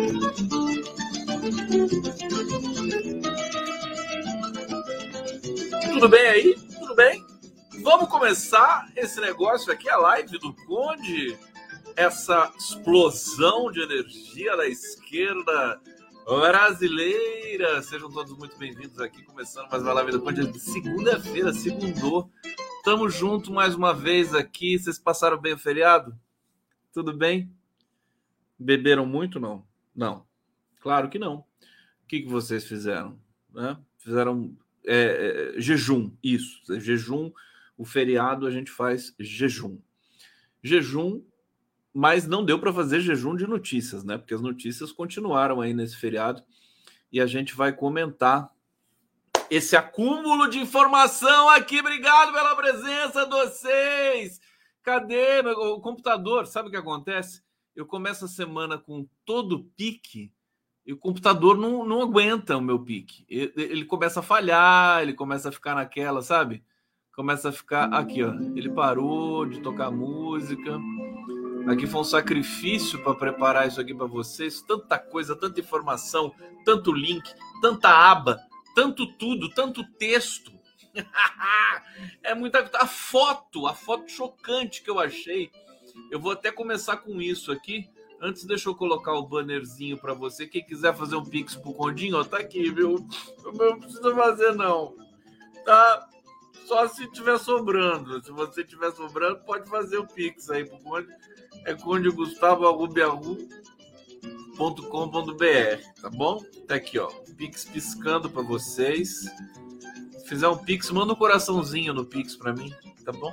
Tudo bem aí? Tudo bem? Vamos começar esse negócio aqui, a live do Conde. Essa explosão de energia da esquerda brasileira. Sejam todos muito bem-vindos aqui, começando mais uma live do Conde de segunda-feira, segundou. Tamo junto mais uma vez aqui. Vocês passaram bem o feriado? Tudo bem? Beberam muito, não? Não. Claro que não. O que vocês fizeram? Fizeram jejum, isso. Jejum, o feriado a gente faz jejum. Jejum, mas não deu para fazer jejum de notícias, né? Porque as notícias continuaram aí nesse feriado e a gente vai comentar esse acúmulo de informação aqui. Obrigado pela presença de vocês. Cadê o computador? Sabe o que acontece? Eu começo a semana com todo o pique e o computador não aguenta o meu pique. Ele começa a falhar, ele começa a ficar naquela, sabe? Começa a ficar aqui, ó. Ele parou de tocar música. Aqui foi um sacrifício para preparar isso aqui para vocês. Tanta coisa, tanta informação, tanto link, tanta aba, tanto tudo, tanto texto. É muita a foto chocante que eu achei. Eu vou até começar com isso aqui. Antes, deixa eu colocar o bannerzinho para você. Quem quiser fazer um pix pro Condinho, ó, tá aqui, viu? Não precisa fazer, não. Tá? Só se tiver sobrando. Se você tiver sobrando, pode fazer o pix aí pro Conde. É condegustavo@com.br, tá bom? Tá aqui, ó. Pix piscando para vocês. Se fizer um pix, manda um coraçãozinho no pix para mim, tá bom?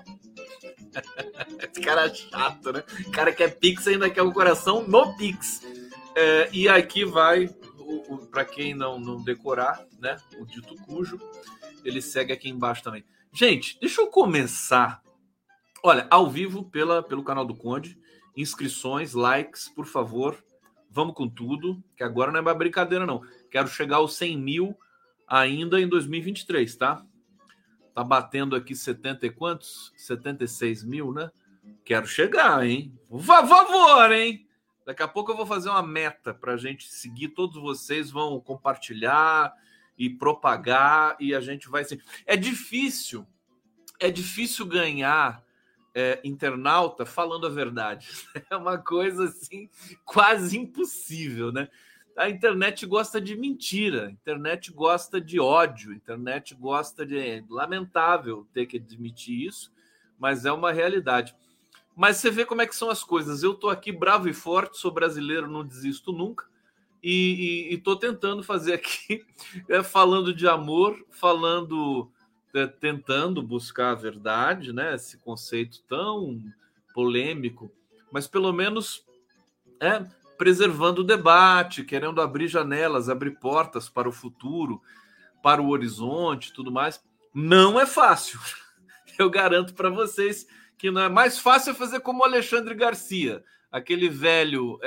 Esse cara é chato, né? O cara quer pix e ainda quer um coração no pix. E aqui vai, para quem não decorar, né? O dito cujo, ele segue aqui embaixo também. Gente, deixa eu começar. Olha, ao vivo pelo canal do Conde. Inscrições, likes, por favor. Vamos com tudo, que agora não é mais brincadeira, não. Quero chegar aos 100 mil ainda em 2023, tá? Tá batendo aqui 70 e quantos? 76 mil, né? Quero chegar, hein? Por favor, hein? Daqui a pouco eu vou fazer uma meta pra gente seguir. Todos vocês vão compartilhar e propagar e a gente vai... É difícil ganhar internauta falando a verdade. É uma coisa assim quase impossível, né? A internet gosta de mentira, a internet gosta de ódio, a internet gosta de... Lamentável ter que admitir isso, mas é uma realidade. Mas você vê como é que são as coisas. Eu tô aqui bravo e forte, sou brasileiro, não desisto nunca, e tô tentando fazer aqui, falando de amor, tentando buscar a verdade, né? Esse conceito tão polêmico, mas pelo menos preservando o debate, querendo abrir janelas, abrir portas para o futuro, para o horizonte, tudo mais. Não é fácil. Eu garanto para vocês que não é. Mais fácil fazer como o Alexandre Garcia, aquele velho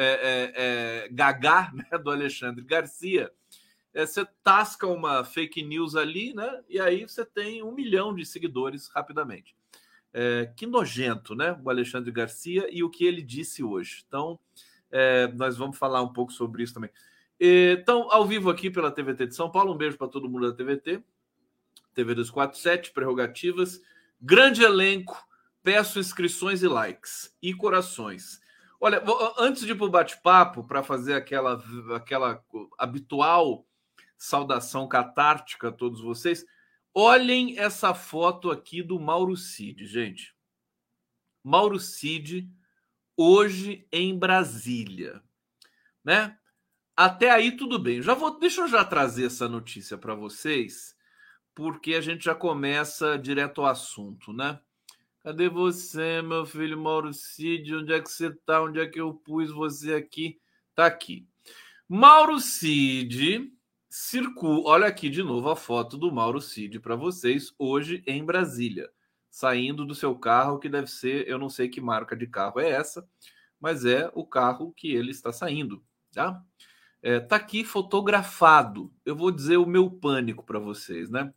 gagá, né, do Alexandre Garcia. Você tasca uma fake news ali, né? E aí você tem 1 milhão de seguidores rapidamente. Que nojento, né? O Alexandre Garcia e o que ele disse hoje. Então, nós vamos falar um pouco sobre isso também. Então, ao vivo aqui pela TVT de São Paulo. Um beijo para todo mundo da TVT. TV 247, prerrogativas. Grande elenco. Peço inscrições e likes. E corações. Olha, antes de ir para o bate-papo, para fazer aquela habitual saudação catártica a todos vocês, olhem essa foto aqui do Mauro Cid, gente. Mauro Cid, hoje em Brasília, né? Até aí tudo bem. Deixa eu já trazer essa notícia para vocês, porque a gente já começa direto ao assunto, né? Cadê você, meu filho Mauro Cid? Onde é que você tá? Onde é que eu pus você aqui? Tá aqui. Mauro Cid olha aqui de novo a foto do Mauro Cid para vocês hoje em Brasília, saindo do seu carro, que deve ser, eu não sei que marca de carro é essa, mas é o carro que ele está saindo, tá? Tá aqui fotografado. Eu vou dizer o meu pânico para vocês, né?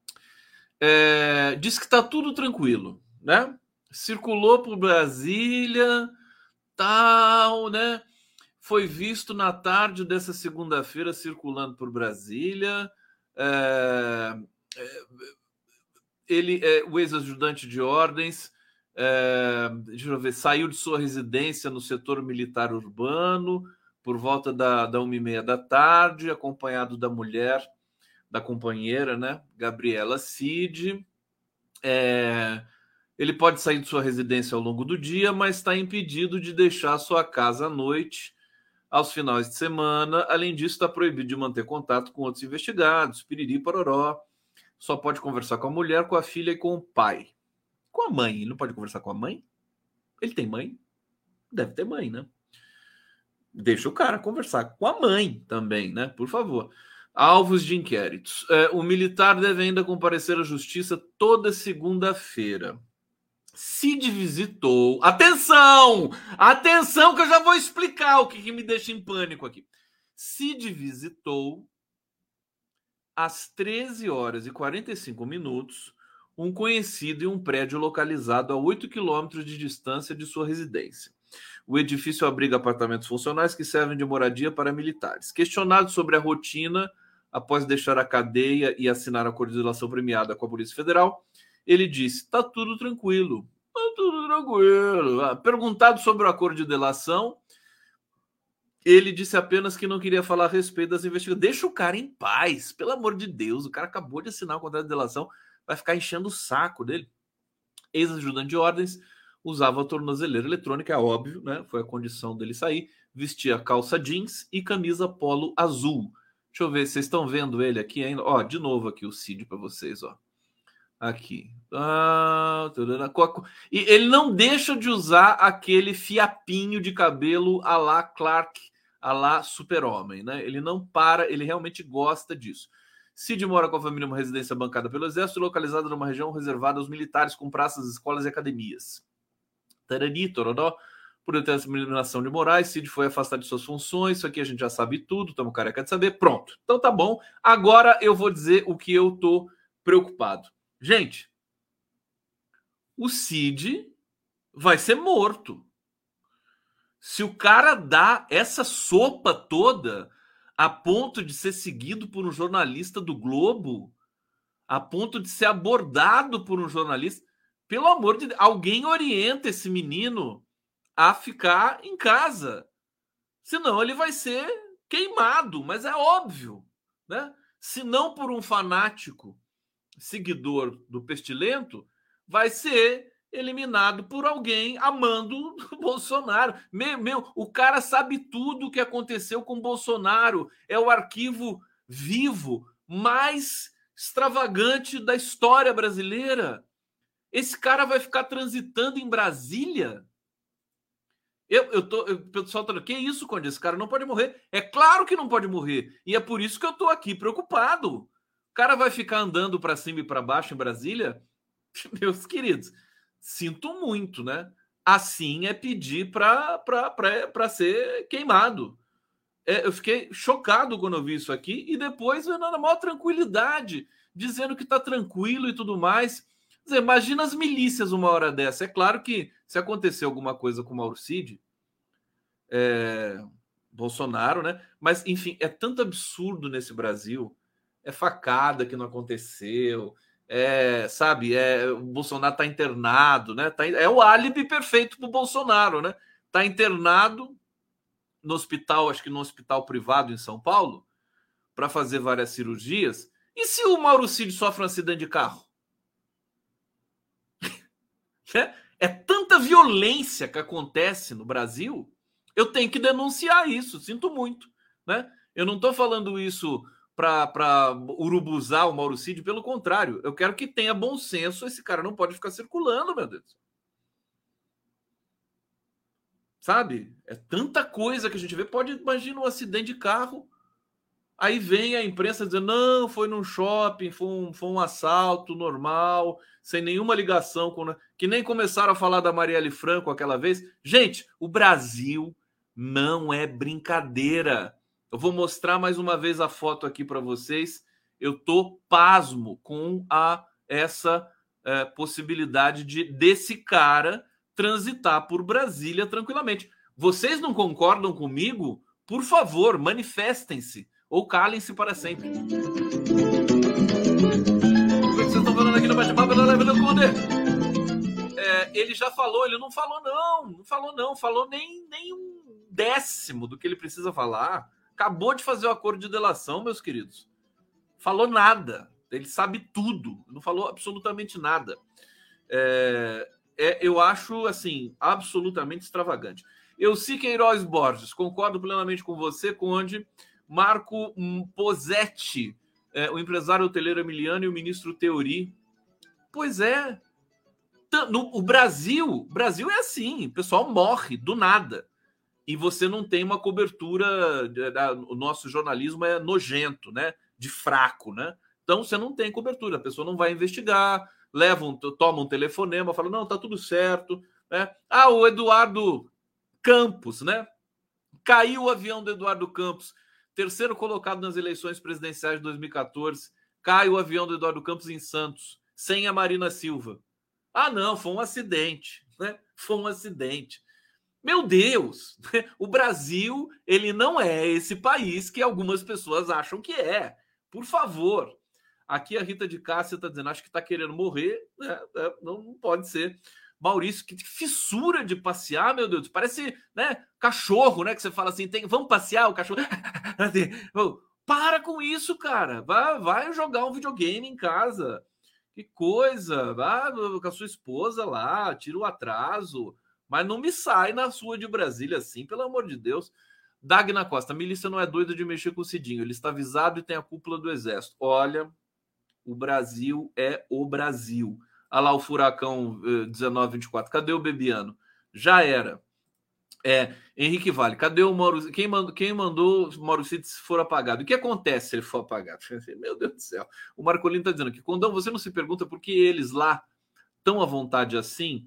Diz que tá tudo tranquilo, né? Circulou por Brasília, tal, né? foi visto na tarde dessa segunda-feira circulando por Brasília. É, o ex-ajudante de ordens, deixa eu ver, saiu de sua residência no setor militar urbano por volta da 1h30 da tarde, acompanhado da mulher, da companheira, né, Gabriela Cid. Ele pode sair de sua residência ao longo do dia, mas está impedido de deixar sua casa à noite, aos finais de semana. Além disso, está proibido de manter contato com outros investigados, piriri, pororó. Só pode conversar com a mulher, com a filha e com o pai. Com a mãe. Ele não pode conversar com a mãe? Ele tem mãe? Deve ter mãe, né? Deixa o cara conversar com a mãe também, né? Por favor. Alvos de inquéritos. O militar deve ainda comparecer à justiça toda segunda-feira. Cid visitou. Atenção! Atenção, que eu já vou explicar o que me deixa em pânico aqui. Cid visitou às 13h45 um conhecido em um prédio localizado a 8 quilômetros de distância de sua residência. O edifício abriga apartamentos funcionais que servem de moradia para militares. Questionado sobre a rotina após deixar a cadeia e assinar a acordo de delação premiada com a Polícia Federal, ele disse: tá tudo tranquilo. Tá tudo tranquilo. Perguntado sobre o acordo de delação, ele disse apenas que não queria falar a respeito das investigações. Deixa o cara em paz, pelo amor de Deus. O cara acabou de assinar o contrato de delação, vai ficar enchendo o saco dele. Ex-ajudante de ordens, usava a tornozeleira eletrônica, é óbvio, né? Foi a condição dele sair. Vestia calça jeans e camisa polo azul. Deixa eu ver, vocês estão vendo ele aqui ainda? Ó, de novo aqui o Cid para vocês, ó. Aqui. E ele não deixa de usar aquele fiapinho de cabelo à la Clark, à la Super-Homem, né? Ele não para, ele realmente gosta disso. Cid mora com a família em uma residência bancada pelo Exército, localizada numa região reservada aos militares, com praças, escolas e academias. Tarani, tororó. Por determinação de Moraes, Cid foi afastado de suas funções. Isso aqui a gente já sabe tudo, estamos careca de saber. Pronto. Então tá bom. Agora eu vou dizer o que eu tô preocupado. Gente, o Cid vai ser morto. Se o cara dá essa sopa toda a ponto de ser seguido por um jornalista do Globo, a ponto de ser abordado por um jornalista, pelo amor de Deus, alguém orienta esse menino a ficar em casa. Senão ele vai ser queimado, mas é óbvio, né? Se não por um fanático seguidor do Pestilento, vai ser eliminado por alguém amando o Bolsonaro. O cara sabe tudo o que aconteceu com o Bolsonaro. É o arquivo vivo mais extravagante da história brasileira. Esse cara vai ficar transitando em Brasília? O pessoal tá falando, que isso, Conde? Esse cara não pode morrer. É claro que não pode morrer. E é por isso que eu tô aqui preocupado. O cara vai ficar andando para cima e para baixo em Brasília? Meus queridos, sinto muito, né? Assim é pedir para ser queimado. Eu fiquei chocado quando eu vi isso aqui e depois na maior tranquilidade, dizendo que tá tranquilo e tudo mais. Quer dizer, imagina as milícias uma hora dessa. É claro que se acontecer alguma coisa com o Mauro Cid, Bolsonaro, né? Mas, enfim, é tanto absurdo nesse Brasil. É facada que não aconteceu. Sabe, o Bolsonaro tá internado, né? É o álibi perfeito pro Bolsonaro, né? Tá internado no hospital, acho que no hospital privado em São Paulo, para fazer várias cirurgias. E se o Mauro Cid sofre um acidente de carro? É tanta violência que acontece no Brasil, eu tenho que denunciar isso, sinto muito, né? Eu não estou falando isso para urubuzar o Mauro Cid, pelo contrário, eu quero que tenha bom senso, esse cara não pode ficar circulando, meu Deus. Sabe? É tanta coisa que a gente vê, pode imaginar um acidente de carro, aí vem a imprensa dizendo, não, foi num shopping, foi um assalto normal, sem nenhuma ligação com... Que nem começaram a falar da Marielle Franco aquela vez. Gente, o Brasil não é brincadeira. Eu vou mostrar mais uma vez a foto aqui para vocês. Eu tô pasmo com essa possibilidade desse cara transitar por Brasília tranquilamente. Vocês não concordam comigo? Por favor, manifestem-se ou calem-se para sempre. O que vocês estão falando aqui no bate-papo da Live do Conde? Ele já falou, ele não falou não, falou nem um décimo do que ele precisa falar. Acabou de fazer o acordo de delação, meus queridos. Falou nada, ele sabe tudo, não falou absolutamente nada. Eu acho, assim, absolutamente extravagante. Elci Queiroz Borges, concordo plenamente com você, onde Marco Posetti, o empresário hoteleiro emiliano, e o ministro Teori. Pois é. O Brasil é assim, o pessoal morre do nada. E você não tem uma cobertura. O nosso jornalismo é nojento, né? De fraco, né? Então você não tem cobertura, a pessoa não vai investigar, toma um telefonema, fala, não, tá tudo certo. Né? O Eduardo Campos, né? Caiu o avião do Eduardo Campos, terceiro colocado nas eleições presidenciais de 2014. Cai o avião do Eduardo Campos em Santos, sem a Marina Silva. Não, foi um acidente, né? Foi um acidente. Meu Deus, o Brasil, ele não é esse país que algumas pessoas acham que é. Por favor. Aqui a Rita de Cássia está dizendo, acho que está querendo morrer. Não pode ser. Maurício, que fissura de passear, meu Deus. Parece, né, cachorro, né? Que você fala assim, vamos passear, o cachorro... Para com isso, cara. Vai jogar um videogame em casa. Que coisa. Vai com a sua esposa lá, tira o atraso. Mas não me sai na sua de Brasília assim, pelo amor de Deus. Dagna Costa, a milícia não é doida de mexer com o Cidinho. Ele está avisado e tem a cúpula do Exército. Olha, o Brasil é o Brasil. Olha lá o Furacão 1924. Cadê o Bebiano? Já era. Henrique Vale, cadê o Mauro? Quem mandou o Mauro Cid se for apagado? O que acontece se ele for apagado? Meu Deus do céu. O Marcolino está dizendo que, Condão, você não se pergunta por que eles lá tão à vontade assim?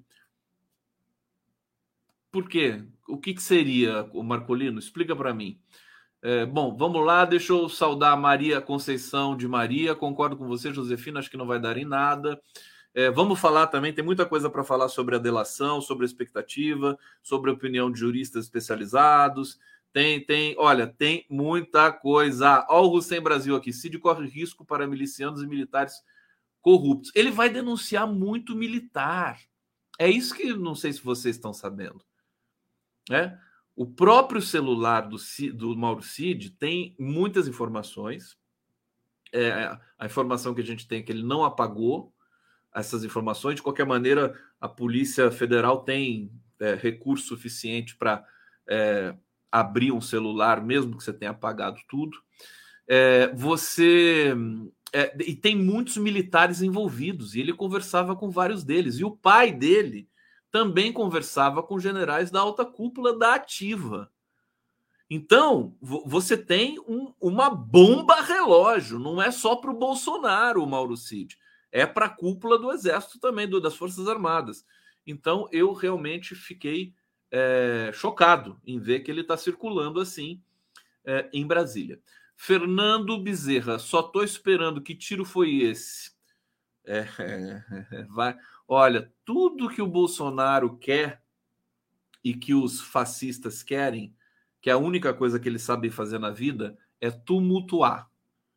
Por quê? O que seria o Marcolino? Explica para mim. Bom, vamos lá. Deixa eu saudar a Maria Conceição de Maria. Concordo com você, Josefina. Acho que não vai dar em nada. Vamos falar também. Tem muita coisa para falar sobre a delação, sobre a expectativa, sobre a opinião de juristas especializados. Olha, tem muita coisa. Olha o Hussein Brasil aqui. Cid corre risco para milicianos e militares corruptos. Ele vai denunciar muito militar. É isso que não sei se vocês estão sabendo. O próprio celular do Mauro Cid tem muitas informações. A informação que a gente tem é que ele não apagou essas informações. De qualquer maneira, a Polícia Federal tem recurso suficiente para abrir um celular, mesmo que você tenha apagado tudo. E tem muitos militares envolvidos, e ele conversava com vários deles. E o pai dele também conversava com generais da alta cúpula da ativa. Então, você tem uma bomba relógio. Não é só para o Bolsonaro, o Mauro Cid. É para a cúpula do Exército também, das Forças Armadas. Então, eu realmente fiquei chocado em ver que ele está circulando assim em Brasília. Fernando Bezerra, só estou esperando. Que tiro foi esse? Vai. Olha, tudo que o Bolsonaro quer e que os fascistas querem, que a única coisa que eles sabem fazer na vida é tumultuar.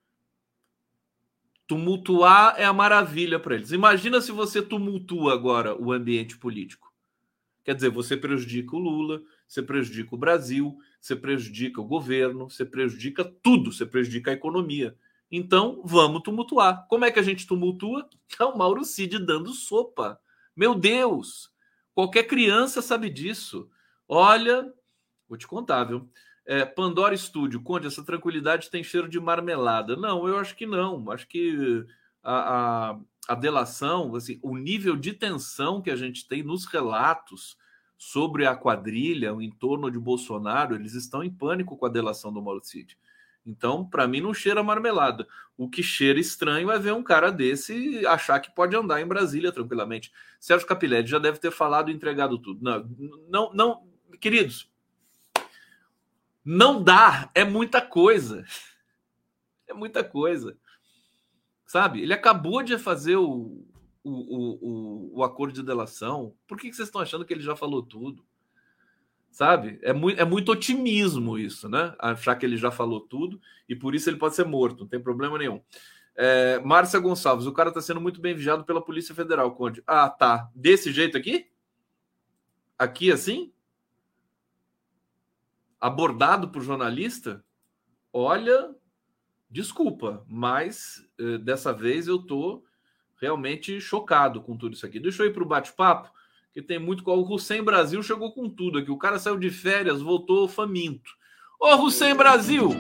Tumultuar é a maravilha para eles. Imagina se você tumultua agora o ambiente político. Quer dizer, você prejudica o Lula, você prejudica o Brasil, você prejudica o governo, você prejudica tudo, você prejudica a economia. Então, vamos tumultuar. Como é que a gente tumultua? É o Mauro Cid dando sopa. Meu Deus! Qualquer criança sabe disso. Olha, vou te contar, viu? Pandora Studio, Conde, essa tranquilidade tem cheiro de marmelada. Não, eu acho que não. Acho que a delação, assim, o nível de tensão que a gente tem nos relatos sobre a quadrilha, o entorno de Bolsonaro, eles estão em pânico com a delação do Mauro Cid. Então, para mim, não cheira marmelada. O que cheira estranho é ver um cara desse achar que pode andar em Brasília tranquilamente. Sérgio Capilleri já deve ter falado e entregado tudo. Não, queridos, não dá. É muita coisa. É muita coisa. Sabe? Ele acabou de fazer o acordo de delação. Por que vocês estão achando que ele já falou tudo? sabe? É muito otimismo isso, né? Achar que ele já falou tudo e por isso ele pode ser morto, não tem problema nenhum. Márcia Gonçalves, o cara está sendo muito bem vigiado pela Polícia Federal, Conde. Ah, tá. Desse jeito aqui? Aqui assim? Abordado por jornalista? Olha, desculpa, mas dessa vez eu tô realmente chocado com tudo isso aqui. Deixa eu ir para o bate-papo, que tem muito. O Hussein Brasil chegou com tudo aqui. O cara saiu de férias, voltou faminto. Ô, Hussein Brasil!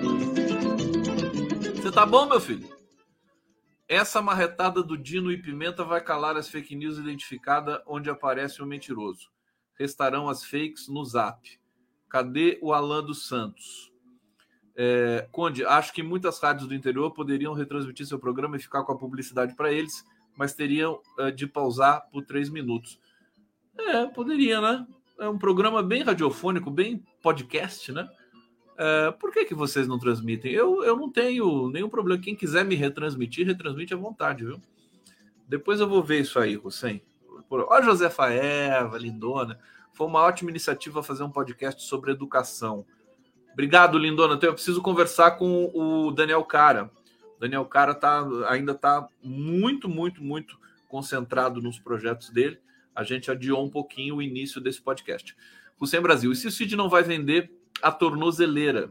Você tá bom, meu filho? Essa marretada do Dino e Pimenta vai calar as fake news identificadas onde aparece o mentiroso. Restarão as fakes no Zap. Cadê o Alan dos Santos? Conde, acho que muitas rádios do interior poderiam retransmitir seu programa e ficar com a publicidade para eles, mas teriam de pausar por 3 minutos. Poderia, né? É um programa bem radiofônico, bem podcast, né? Por que vocês não transmitem? Eu não tenho nenhum problema. Quem quiser me retransmitir, retransmite à vontade, viu? Depois eu vou ver isso aí, Hussein. Olha a Josefa Eva, lindona. Foi uma ótima iniciativa fazer um podcast sobre educação. Obrigado, lindona. Eu preciso conversar com o Daniel Cara. O Daniel Cara ainda está muito, muito, muito concentrado nos projetos dele. A gente adiou um pouquinho o início desse podcast. Hussein Brasil. E se o Cid não vai vender a tornozeleira?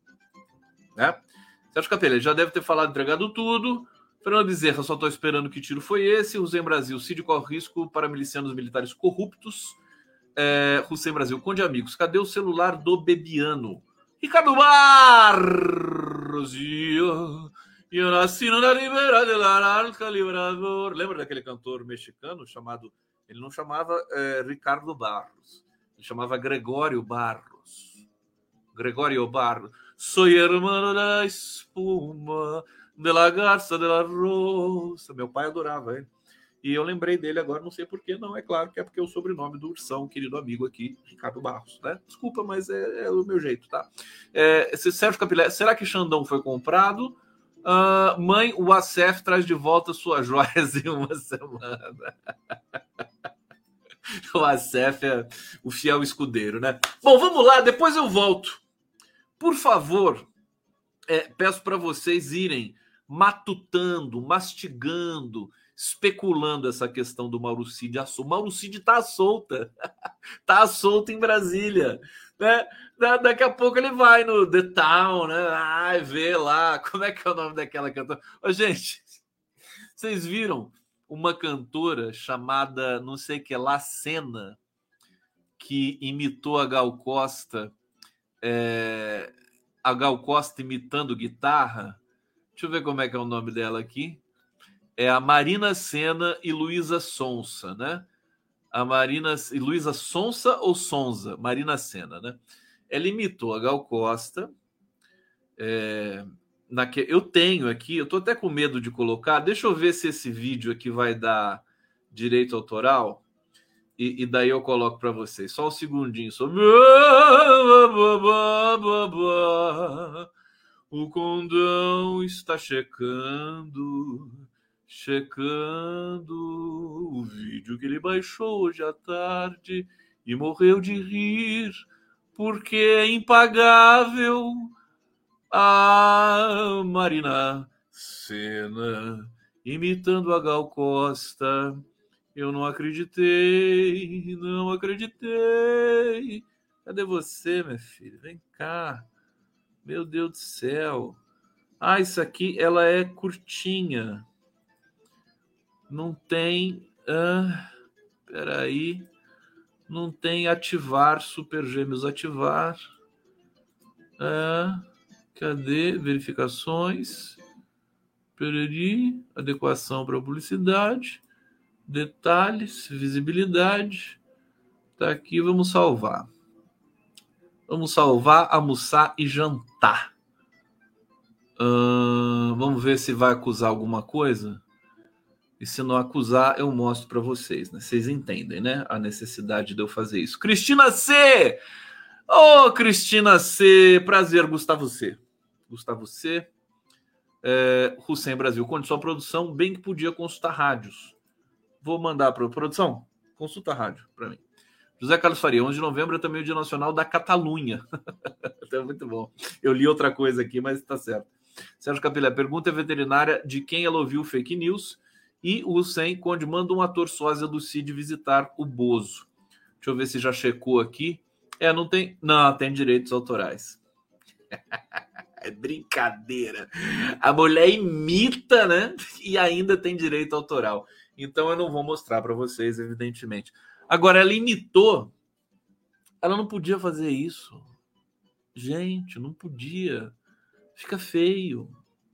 Né? Sérgio Capelli já deve ter falado, entregado tudo. Fernando Bezerra, só estou esperando que tiro foi esse. Hussein Brasil, Cid corre risco para milicianos militares corruptos. Hussein Brasil, Conde Amigos, cadê o celular do Bebiano? Ricardo Barros, eu nasci na Libera del Arca Librador. Lembra daquele cantor mexicano chamado... Ele não chamava Ricardo Barros, ele chamava Gregório Barros. Gregório Barros. Soy hermano da espuma, de la garça de la rosa. Meu pai adorava ele. E eu lembrei dele agora, não sei porquê, não. É claro que é porque é o sobrenome do Ursão, querido amigo aqui, Ricardo Barros, né? Desculpa, mas é o meu jeito, tá? Sérgio Capilé, será que Xandão foi comprado? Mãe, o ACF traz de volta suas joias em uma semana. O ACF é o fiel escudeiro, né? Bom, vamos lá, depois eu volto. Por favor, peço para vocês irem matutando, mastigando, especulando essa questão do Mauro Cid. O Mauro Cid tá solta. Tá solta em Brasília. Né? Daqui a pouco ele vai no The Town, né? Vê lá. Como é que é o nome daquela cantora? Ô, gente, vocês viram uma cantora chamada, não sei o que lá, Senna, que imitou a Gal Costa, a Gal Costa imitando guitarra? Deixa eu ver como é que é o nome dela aqui. É a Marina Senna e Luísa Sonza, né? A Marina e Luísa Sonza ou Sonza? Marina Senna, né? Ela imitou a Gal Costa. Eu tenho aqui, eu tô até com medo de colocar. Deixa eu ver se esse vídeo aqui vai dar direito autoral. E daí eu coloco para vocês. Só um segundinho. O condão está checando o vídeo que ele baixou hoje à tarde e morreu de rir porque é impagável. A Marina Senna imitando a Gal Costa. Eu não acreditei. Cadê você, minha filha? Vem cá. Meu Deus do céu. Isso aqui, ela é curtinha. Não tem... peraí. Não tem ativar, Super Gêmeos ativar. Cadê? Verificações. Pereri. Adequação para publicidade. Detalhes. Visibilidade. Tá aqui, vamos salvar. Vamos salvar, almoçar e jantar. Vamos ver se vai acusar alguma coisa. E se não acusar, eu mostro para vocês, né? Vocês entendem, né? A necessidade de eu fazer isso. Cristina C! Ô, Cristina C! Prazer, Gustavo C. Gustavo C. Hussein Brasil. Conde sua produção, bem que podia consultar rádios. Vou mandar para a produção. Consulta rádio para mim. José Carlos Faria, 11 de novembro é também o Dia Nacional da Catalunha. É muito bom. Eu li outra coisa aqui, mas está certo. Sérgio Capilé, pergunta veterinária de quem ela ouviu fake news. E o Sem Conde manda um ator sósia do Cid visitar o Bozo. Deixa eu ver se já checou aqui. Não tem. Não, tem direitos autorais. É brincadeira. A mulher imita, né? E ainda tem direito autoral. Então eu não vou mostrar para vocês, evidentemente. Agora, ela imitou. Ela não podia fazer isso. Gente, não podia. Fica feio.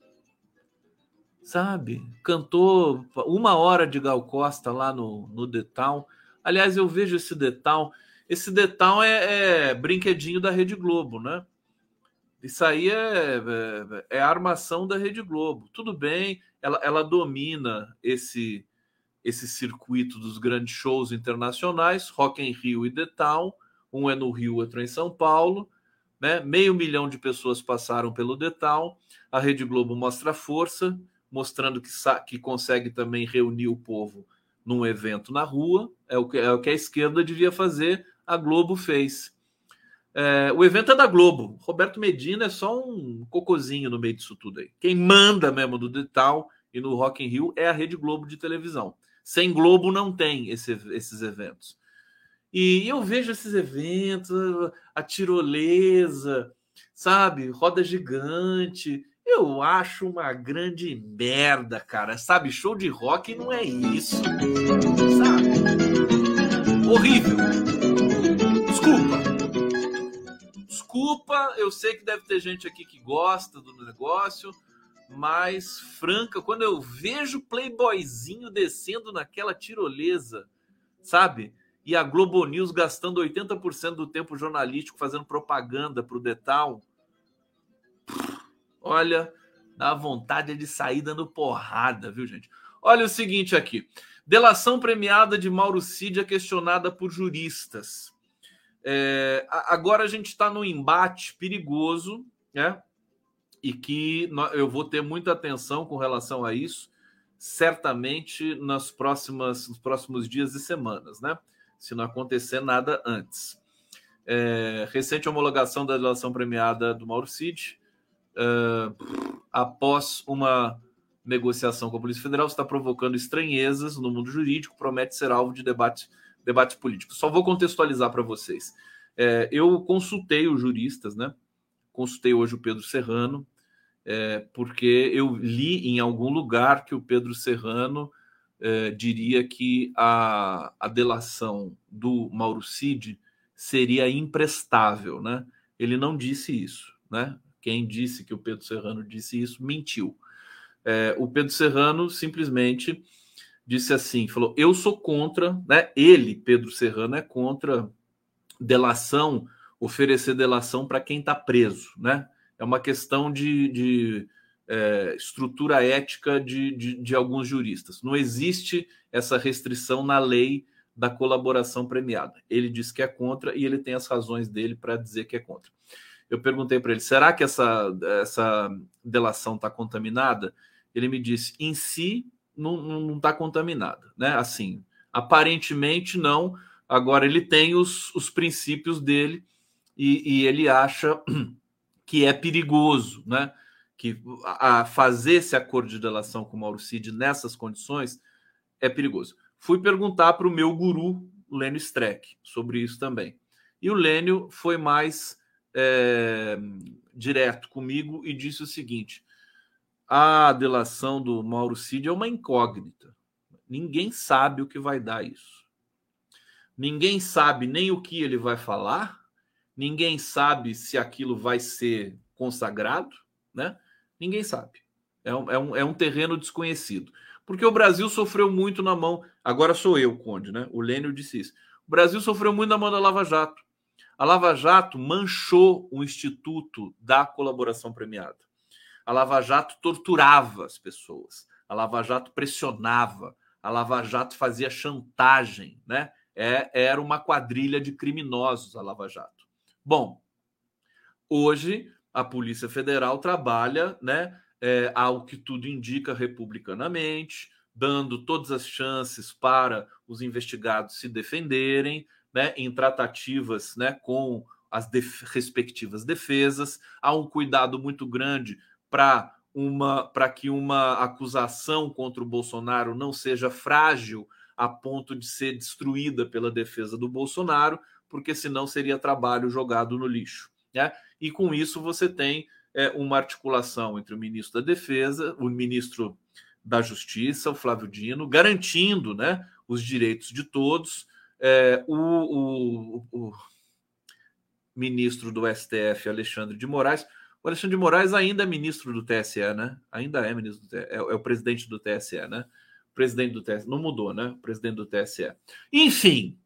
Sabe? Cantou 1 hora de Gal Costa lá no Detal. Aliás, eu vejo esse Detal. Esse Detal é brinquedinho da Rede Globo, né? Isso aí é a armação da Rede Globo. Tudo bem, ela domina esse circuito dos grandes shows internacionais, Rock in Rio e The Town. Um é no Rio, outro é em São Paulo. Né? 500 mil de pessoas passaram pelo The Town. A Rede Globo mostra força, mostrando que consegue também reunir o povo num evento na rua. É o que a esquerda devia fazer, a Globo fez. O evento é da Globo. Roberto Medina é só um cocôzinho no meio disso tudo aí. Quem manda mesmo do The Town e no Rock in Rio é a Rede Globo de televisão. Sem Globo não tem esses eventos. E eu vejo esses eventos, a tirolesa, sabe? Roda gigante. Eu acho uma grande merda, cara. Sabe? Show de rock não é isso. Sabe? Horrível. Desculpa, eu sei que deve ter gente aqui que gosta do negócio, mas, franca, quando eu vejo Playboyzinho descendo naquela tirolesa, sabe? E a Globo News gastando 80% do tempo jornalístico fazendo propaganda para o Detal, olha, dá vontade de sair dando porrada, viu, gente? Olha o seguinte aqui. Delação premiada de Mauro Cid é questionada por juristas. Agora a gente está num embate perigoso, né? E que eu vou ter muita atenção com relação a isso, certamente nos próximos dias e semanas, né? Se não acontecer nada antes. Recente homologação da delação premiada do Mauro Cid, após uma negociação com a Polícia Federal, está provocando estranhezas no mundo jurídico, promete ser alvo de debates políticos. Só vou contextualizar para vocês. Eu consultei os juristas, né? Consultei hoje o Pedro Serrano, porque eu li em algum lugar que o Pedro Serrano diria que a delação do Mauro Cid seria imprestável, né? Ele não disse isso, né? Quem disse que o Pedro Serrano disse isso mentiu. O Pedro Serrano simplesmente disse assim, falou, eu sou contra, né? Ele, Pedro Serrano, é contra delação, oferecer delação para quem está preso, né? É uma questão de estrutura ética de alguns juristas. Não existe essa restrição na lei da colaboração premiada. Ele diz que é contra e ele tem as razões dele para dizer que é contra. Eu perguntei para ele, será que essa delação está contaminada? Ele me disse, em si, não está contaminada, né? Assim, aparentemente não. Agora, ele tem os princípios dele e ele acha que é perigoso, né? Que fazer esse acordo de delação com o Mauro Cid nessas condições é perigoso. Fui perguntar para o meu guru, Lênio Streck, sobre isso também. E o Lênio foi mais direto comigo e disse o seguinte, a delação do Mauro Cid é uma incógnita. Ninguém sabe o que vai dar isso. Ninguém sabe nem o que ele vai falar, ninguém sabe se aquilo vai ser consagrado, né? Ninguém sabe. É um terreno desconhecido. Porque o Brasil sofreu muito na mão... Agora sou eu, Conde, né? O Lênio disse isso. O Brasil sofreu muito na mão da Lava Jato. A Lava Jato manchou o Instituto da Colaboração Premiada. A Lava Jato torturava as pessoas. A Lava Jato pressionava. A Lava Jato fazia chantagem, né? Era uma quadrilha de criminosos, a Lava Jato. Bom, hoje a Polícia Federal trabalha, né, ao que tudo indica, republicanamente, dando todas as chances para os investigados se defenderem, né, em tratativas, né, com as respectivas defesas. Há um cuidado muito grande para que uma acusação contra o Bolsonaro não seja frágil a ponto de ser destruída pela defesa do Bolsonaro, porque senão seria trabalho jogado no lixo, né? E com isso você tem uma articulação entre o ministro da Defesa, o ministro da Justiça, o Flávio Dino, garantindo, né, os direitos de todos. O ministro do STF, Alexandre de Moraes. O Alexandre de Moraes ainda é ministro do TSE, né? Ainda é ministro do TSE, é o presidente do TSE, né? O presidente do TSE, não mudou, né? O presidente do TSE. Enfim,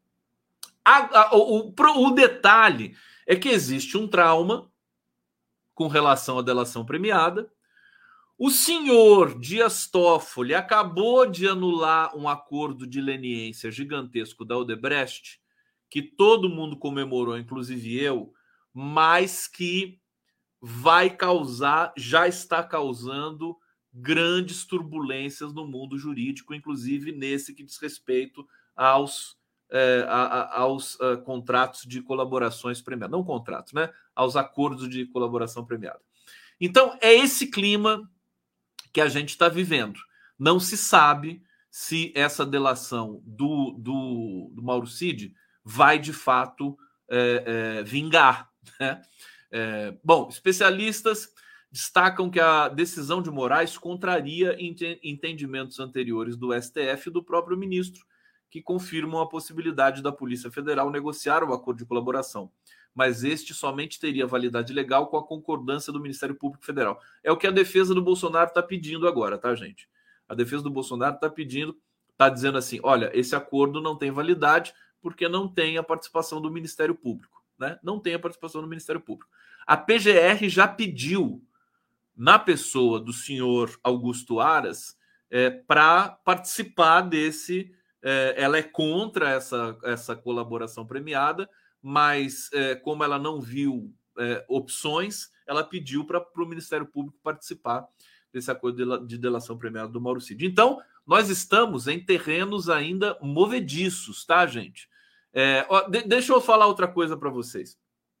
o detalhe é que existe um trauma com relação à delação premiada. O senhor Dias Toffoli acabou de anular um acordo de leniência gigantesco da Odebrecht, que todo mundo comemorou, inclusive eu, mas que vai causar, já está causando grandes turbulências no mundo jurídico, inclusive nesse que diz respeito aos contratos de colaborações premiadas. Não contratos, né? Aos acordos de colaboração premiada. Então, é esse clima que a gente está vivendo. Não se sabe se essa delação do Mauro Cid vai, de fato, vingar, né? Bom, especialistas destacam que a decisão de Moraes contraria entendimentos anteriores do STF e do próprio ministro, que confirmam a possibilidade da Polícia Federal negociar o acordo de colaboração, mas este somente teria validade legal com a concordância do Ministério Público Federal. É o que a defesa do Bolsonaro está pedindo agora, tá, gente? A defesa do Bolsonaro está pedindo, está dizendo assim, olha, esse acordo não tem validade porque não tem a participação do Ministério Público, né? Não tem a participação do Ministério Público. A PGR já pediu, na pessoa do senhor Augusto Aras, para participar desse... ela é contra essa colaboração premiada, mas como ela não viu opções, ela pediu para o Ministério Público participar desse acordo de delação premiada do Mauro Cid. Então, nós estamos em terrenos ainda movediços, tá, gente? Deixa eu falar outra coisa para vocês.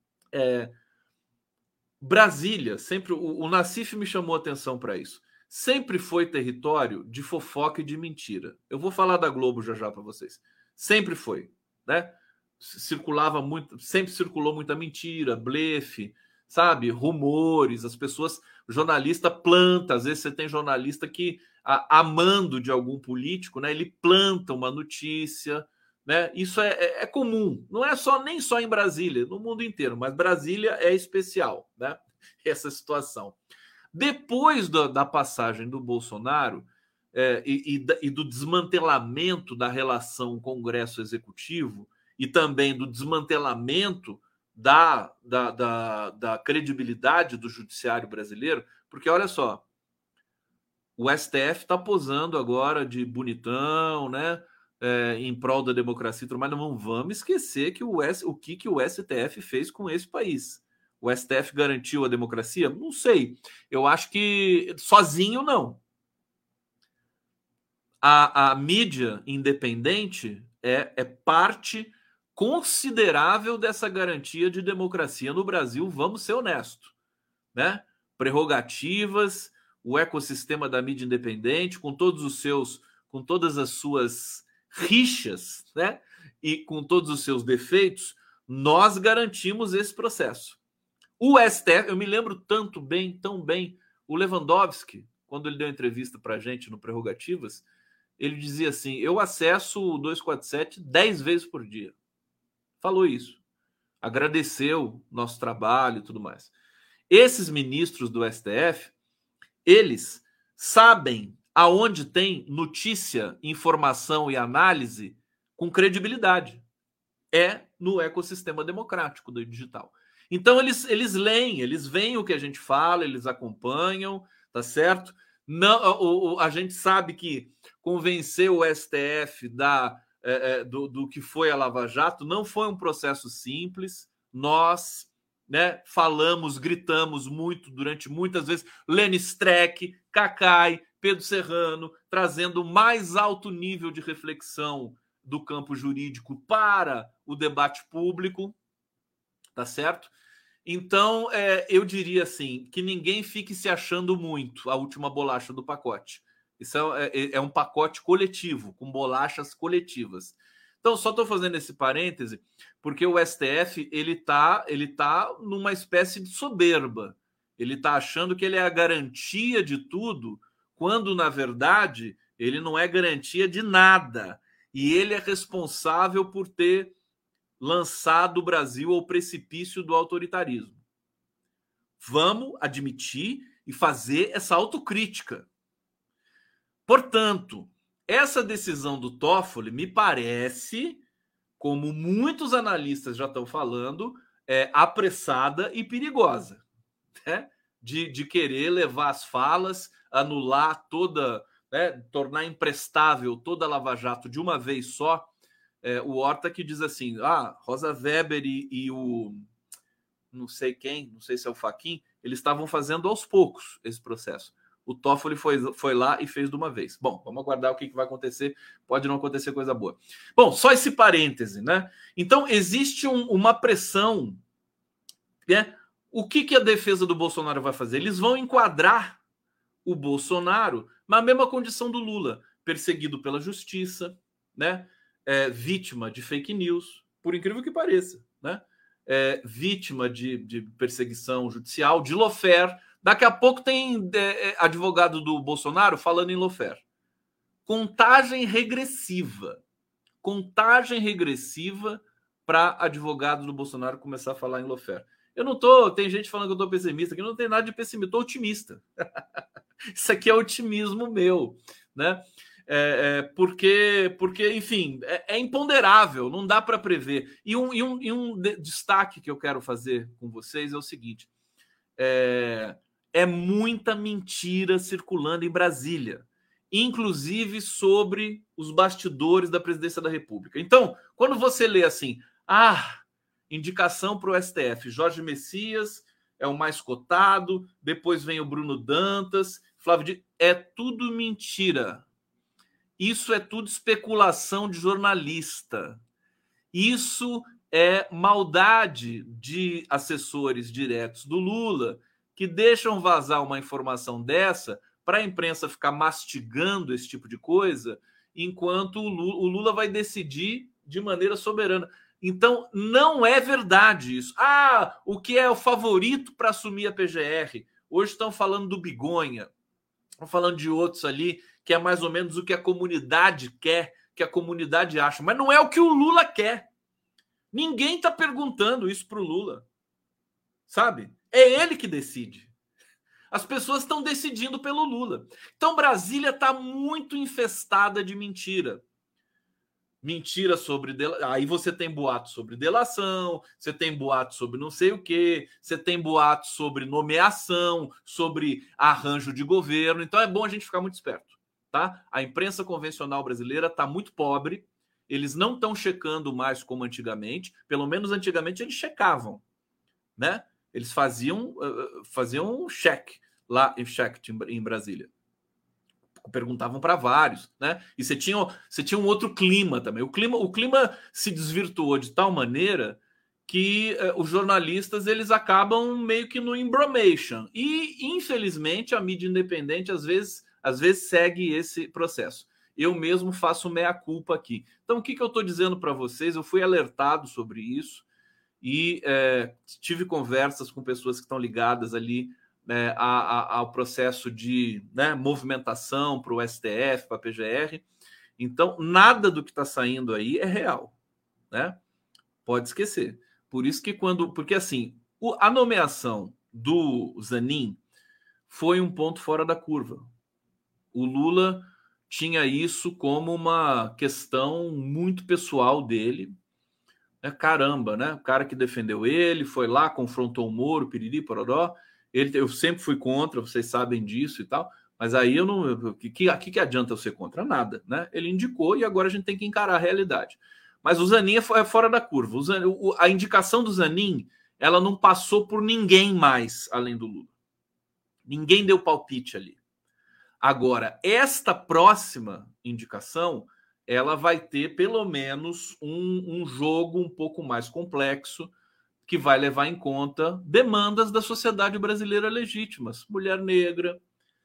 Brasília, sempre o Nassif me chamou a atenção para isso. Sempre foi território de fofoca e de mentira. Eu vou falar da Globo já para vocês. Sempre foi, né? Circulava muito, sempre circulou muita mentira, blefe, sabe? Rumores, as pessoas, jornalista planta, às vezes você tem jornalista que, amando de algum político, né? Ele planta uma notícia, né? Isso é comum, não é nem só em Brasília, no mundo inteiro, mas Brasília é especial, né? Essa situação. Depois da passagem do Bolsonaro e do desmantelamento da relação Congresso-Executivo e também do desmantelamento da credibilidade do judiciário brasileiro, porque olha só, o STF está posando agora de bonitão, né? Em prol da democracia, mas não vamos esquecer que o que o STF fez com esse país. O STF garantiu a democracia? Não sei. Eu acho que sozinho não. A mídia independente é parte considerável dessa garantia de democracia no Brasil, vamos ser honestos, né? Prerrogativas, o ecossistema da mídia independente, com todas as suas rixas, né? E com todos os seus defeitos, nós garantimos esse processo. O STF, eu me lembro tão bem, o Lewandowski, quando ele deu entrevista para a gente no Prerrogativas, ele dizia assim, eu acesso o 247 10 vezes por dia. Falou isso. Agradeceu nosso trabalho e tudo mais. Esses ministros do STF, eles sabem aonde tem notícia, informação e análise com credibilidade. É no ecossistema democrático do digital. Então, eles leem, eles veem o que a gente fala, eles acompanham, tá certo? Não, a gente sabe que convencer o STF do que foi a Lava Jato não foi um processo simples. Nós, né, falamos, gritamos muito durante muitas vezes. Lênin Streck, Cacai, Pedro Serrano, trazendo o mais alto nível de reflexão do campo jurídico para o debate público, tá certo? Então, eu diria assim, que ninguém fique se achando muito a última bolacha do pacote. Isso é um pacote coletivo, com bolachas coletivas. Então, só estou fazendo esse parêntese, porque o STF ele tá numa espécie de soberba. Ele está achando que ele é a garantia de tudo, quando, na verdade, ele não é garantia de nada. E ele é responsável por ter lançado o Brasil ao precipício do autoritarismo. Vamos admitir e fazer essa autocrítica. Portanto, essa decisão do Toffoli me parece, como muitos analistas já estão falando, apressada e perigosa, né? De querer levar as falas, anular toda, né, tornar imprestável toda a Lava Jato de uma vez só. O Horta que diz assim, Rosa Weber e o não sei quem, não sei se é o Fachin, eles estavam fazendo aos poucos esse processo. O Toffoli foi lá e fez de uma vez. Bom, vamos aguardar o que vai acontecer. Pode não acontecer coisa boa. Bom, só esse parêntese, né? Então, existe uma pressão, né? O que a defesa do Bolsonaro vai fazer? Eles vão enquadrar o Bolsonaro na mesma condição do Lula, perseguido pela justiça, né? Vítima de fake news, por incrível que pareça, né? Vítima de perseguição judicial, de lawfare. Daqui a pouco tem advogado do Bolsonaro falando em lawfare. Contagem regressiva para advogado do Bolsonaro começar a falar em lawfare. Eu não tô, tem gente falando que eu tô pessimista, que não tem nada de pessimista, eu tô otimista. Isso aqui é otimismo meu, né? Porque, enfim, é imponderável, não dá para prever. E um destaque que eu quero fazer com vocês é o seguinte: é muita mentira circulando em Brasília, inclusive sobre os bastidores da presidência da República. Então, quando você lê assim, indicação para o STF, Jorge Messias é o mais cotado, depois vem o Bruno Dantas, Flávio Dino, é tudo mentira. Isso é tudo especulação de jornalista. Isso é maldade de assessores diretos do Lula, que deixam vazar uma informação dessa para a imprensa ficar mastigando esse tipo de coisa, enquanto o Lula vai decidir de maneira soberana. Então, não é verdade isso. O que é o favorito para assumir a PGR? Hoje estão falando do Bigonha, estão falando de outros ali, que é mais ou menos o que a comunidade quer, que a comunidade acha. Mas não é o que o Lula quer. Ninguém está perguntando isso para o Lula. Sabe? É ele que decide. As pessoas estão decidindo pelo Lula. Então, Brasília está muito infestada de mentira. Mentira sobre... Aí você tem boatos sobre delação, você tem boatos sobre não sei o quê, você tem boatos sobre nomeação, sobre arranjo de governo. Então, é bom a gente ficar muito esperto. Tá? A imprensa convencional brasileira está muito pobre. Eles não estão checando mais como antigamente. Pelo menos antigamente eles checavam, né? Eles faziam um check lá em Brasília. Perguntavam para vários, né? E você tinha um outro clima também. O clima se desvirtuou de tal maneira que os jornalistas eles acabam meio que no embromation. E, infelizmente, a mídia independente às vezes segue esse processo. Eu mesmo faço meia-culpa aqui. Então, o que eu estou dizendo para vocês? Eu fui alertado sobre isso e tive conversas com pessoas que estão ligadas ali ao processo de movimentação para o STF, para a PGR. Então, nada do que está saindo aí é real, né? Pode esquecer. Por isso que porque assim, a nomeação do Zanin foi um ponto fora da curva. O Lula tinha isso como uma questão muito pessoal dele. Caramba, né? O cara que defendeu ele, foi lá, confrontou o Moro, piriri, pororó. Eu sempre fui contra, vocês sabem disso e tal, mas aí eu não... que adianta eu ser contra? Nada, né? Ele indicou e agora a gente tem que encarar a realidade. Mas o Zanin é fora da curva. A indicação do Zanin, ela não passou por ninguém mais além do Lula. Ninguém deu palpite ali. Agora, esta próxima indicação, ela vai ter pelo menos um jogo um pouco mais complexo, que vai levar em conta demandas da sociedade brasileira legítimas, mulher negra,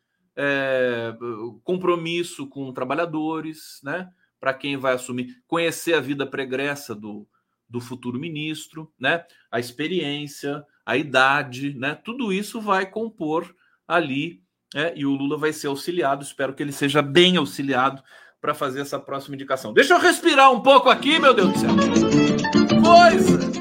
compromisso com trabalhadores, né? Para quem vai assumir, conhecer a vida pregressa do futuro ministro, né? A experiência, a idade, né? Tudo isso vai compor ali, e o Lula vai ser auxiliado. Espero que ele seja bem auxiliado para fazer essa próxima indicação. Deixa eu respirar um pouco aqui, meu Deus do céu. Coisa!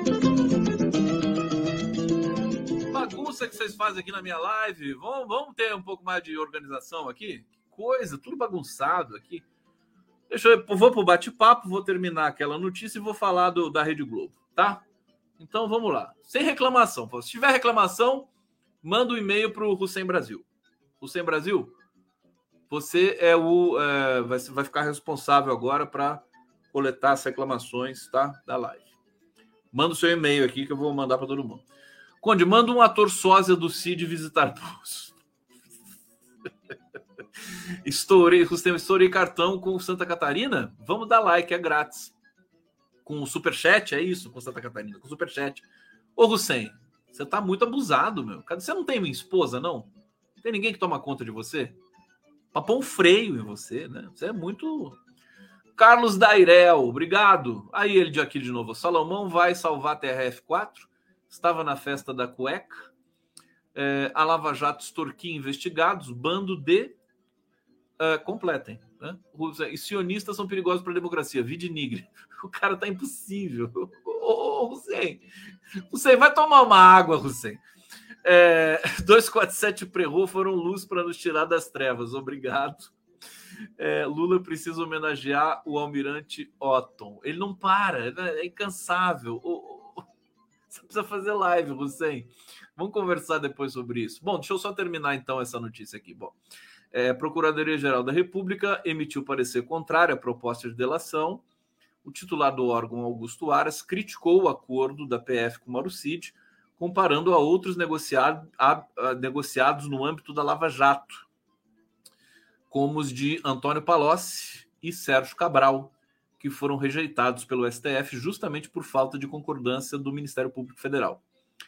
Bagunça que vocês fazem aqui na minha live. Vamos ter um pouco mais de organização aqui? Que coisa, tudo bagunçado aqui. Vou para o bate-papo, vou terminar aquela notícia e vou falar da Rede Globo, tá? Então vamos lá. Sem reclamação. Se tiver reclamação, manda um e-mail para o Hussein Brasil. Hussein Brasil, você vai ficar responsável agora para coletar as reclamações, tá? Da live. Manda o seu e-mail aqui que eu vou mandar para todo mundo. Conde, manda um ator sósia do Cid visitar Poço. Estourei cartão com Santa Catarina. Vamos dar like, é grátis. Com o Superchat, é isso, com Santa Catarina, com o Superchat. Ô, Hussein, você tá muito abusado, meu. Você não tem minha esposa, não? Tem ninguém que toma conta de você? Pra pôr um freio em você, né? Você é muito... Carlos Dairel, obrigado. Aí ele de aqui de novo. Salomão vai salvar a TRF4. Estava na festa da cueca. A Lava Jato extorquia investigados. Bando de... completem. Né? E sionistas são perigosos para a democracia. Vide Nigre. O cara tá impossível. Hussein. Hussein, vai tomar uma água, Hussein. 247 Prerro foram luz para nos tirar das trevas. Obrigado. Lula precisa homenagear o almirante Otton. Ele não para, é incansável. Você precisa fazer live, Hussein. Vamos conversar depois sobre isso. Bom, deixa eu só terminar então essa notícia aqui. Bom, a Procuradoria-Geral da República emitiu parecer contrário à proposta de delação. O titular do órgão, Augusto Aras, criticou o acordo da PF com o Mauro Cid, comparando a outros negociados no âmbito da Lava Jato, como os de Antônio Palocci e Sérgio Cabral, que foram rejeitados pelo STF justamente por falta de concordância do Ministério Público Federal.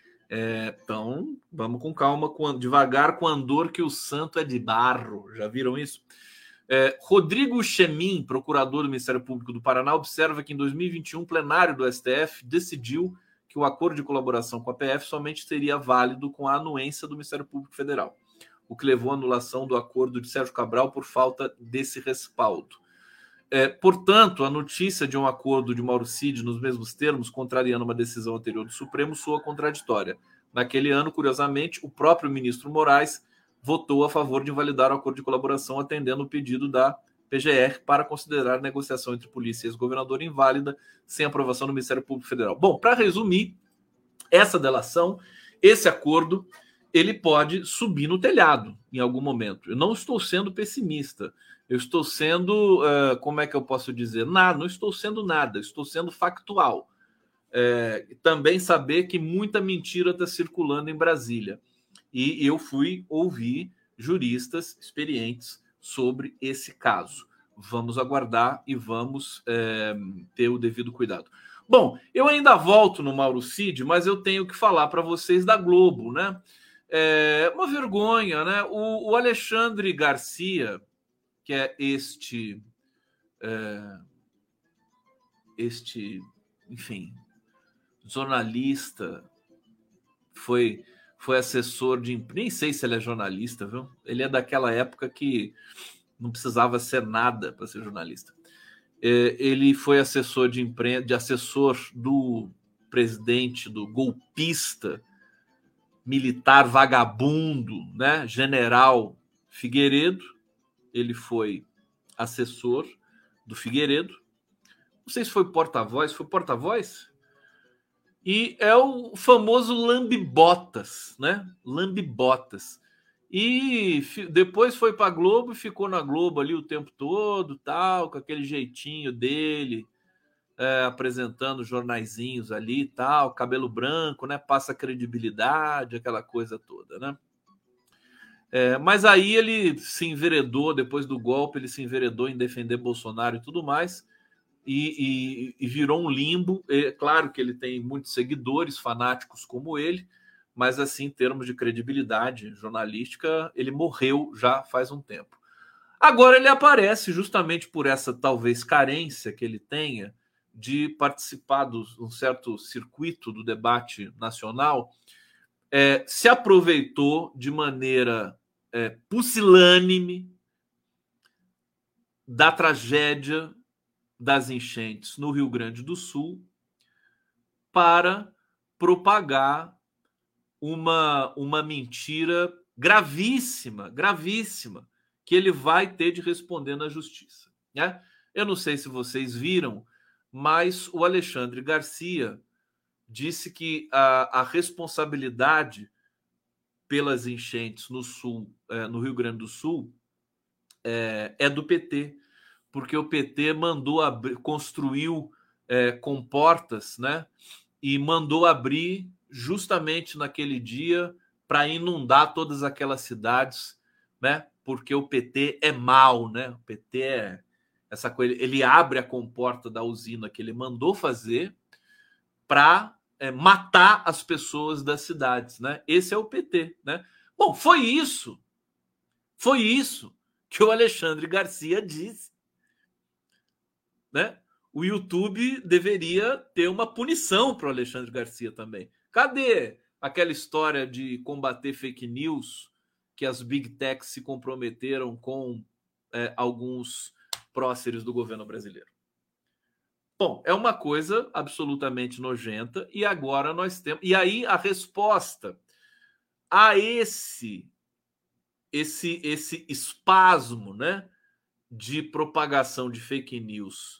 Então, vamos com calma, devagar com andor, que o santo é de barro. Já viram isso? Rodrigo Chemin, procurador do Ministério Público do Paraná, observa que em 2021 o plenário do STF decidiu que o acordo de colaboração com a PF somente seria válido com a anuência do Ministério Público Federal, o que levou à anulação do acordo de Sérgio Cabral por falta desse respaldo. Portanto, a notícia de um acordo de Mauro Cid nos mesmos termos, contrariando uma decisão anterior do Supremo, soa contraditória. Naquele ano, curiosamente, o próprio ministro Moraes votou a favor de invalidar o acordo de colaboração, atendendo o pedido da PGR para considerar a negociação entre polícia e ex-governador inválida sem aprovação do Ministério Público Federal. Bom, para resumir, essa delação, esse acordo, ele pode subir no telhado em algum momento. Eu não estou sendo pessimista. Eu estou sendo, como é que eu posso dizer? Não estou sendo nada, estou sendo factual. Também saber que muita mentira está circulando em Brasília. E eu fui ouvir juristas experientes sobre esse caso. Vamos aguardar e vamos ter o devido cuidado. Bom, eu ainda volto no Mauro Cid, mas eu tenho que falar para vocês da Globo, né? Uma vergonha, né? O Alexandre Garcia, que é este, enfim, jornalista, foi assessor de... Nem sei se ele é jornalista, viu? Ele é daquela época que não precisava ser nada para ser jornalista. Ele foi assessor de imprensa, assessor do presidente, do golpista militar vagabundo, né? General Figueiredo. Ele foi assessor do Figueiredo. Não sei se foi porta-voz. Foi porta-voz? E é o famoso lambe-botas, né? Lambe-botas. E depois foi para a Globo e ficou na Globo ali o tempo todo, tal, com aquele jeitinho dele, apresentando jornaizinhos ali, tal, cabelo branco, né? Passa credibilidade, aquela coisa toda, né? Mas aí ele se enveredou, depois do golpe, ele se enveredou em defender Bolsonaro e tudo mais, e virou um limbo. É claro que ele tem muitos seguidores, fanáticos como ele, mas assim, em termos de credibilidade jornalística, ele morreu já faz um tempo. Agora ele aparece justamente por essa talvez carência que ele tenha de participar de um certo circuito do debate nacional, se aproveitou de maneira pusilânime da tragédia das enchentes no Rio Grande do Sul para propagar uma mentira gravíssima, gravíssima, que ele vai ter de responder na justiça, né? Eu não sei se vocês viram, mas o Alexandre Garcia disse que a responsabilidade pelas enchentes no Sul, no Rio Grande do Sul, é do PT, porque o PT mandou construiu comportas, né? E mandou abrir justamente naquele dia para inundar todas aquelas cidades, né? Porque o PT é mau, né? O PT é essa coisa. Ele abre a comporta da usina que ele mandou fazer para matar as pessoas das cidades, né? Esse é o PT, né? Bom, foi isso que o Alexandre Garcia disse, né? O YouTube deveria ter uma punição para o Alexandre Garcia também. Cadê aquela história de combater fake news que as big techs se comprometeram com alguns próceres do governo brasileiro? Bom, é uma coisa absolutamente nojenta e agora nós temos... E aí a resposta a esse espasmo, né, de propagação de fake news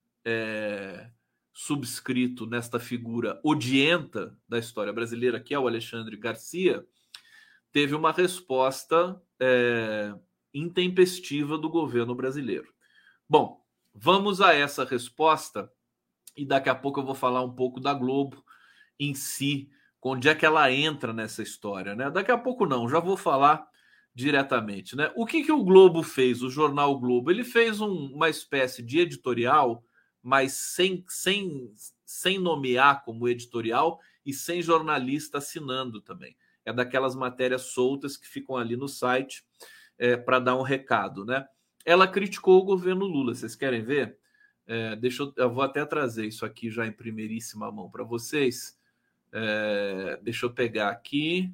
subscrito nesta figura odienta da história brasileira, que é o Alexandre Garcia, teve uma resposta intempestiva do governo brasileiro. Bom, vamos a essa resposta e daqui a pouco eu vou falar um pouco da Globo em si, onde é que ela entra nessa história, né? Daqui a pouco não, já vou falar diretamente, né? O que o Globo fez, o jornal Globo? Ele fez uma espécie de editorial, mas sem nomear como editorial e sem jornalista assinando também. É daquelas matérias soltas que ficam ali no site para dar um recado, né? Ela criticou o governo Lula. Vocês querem ver? Eu vou até trazer isso aqui já em primeiríssima mão para vocês. Deixa eu pegar aqui.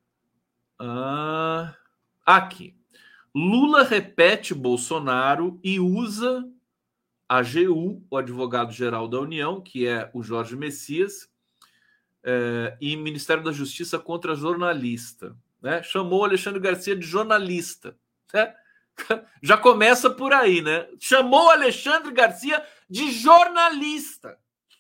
Aqui. Lula repete Bolsonaro e usa a AGU, o advogado-geral da União, que é o Jorge Messias, e Ministério da Justiça contra jornalista. Né? Chamou Alexandre Garcia de jornalista. Né? Já começa por aí, né? Chamou Alexandre Garcia de jornalista.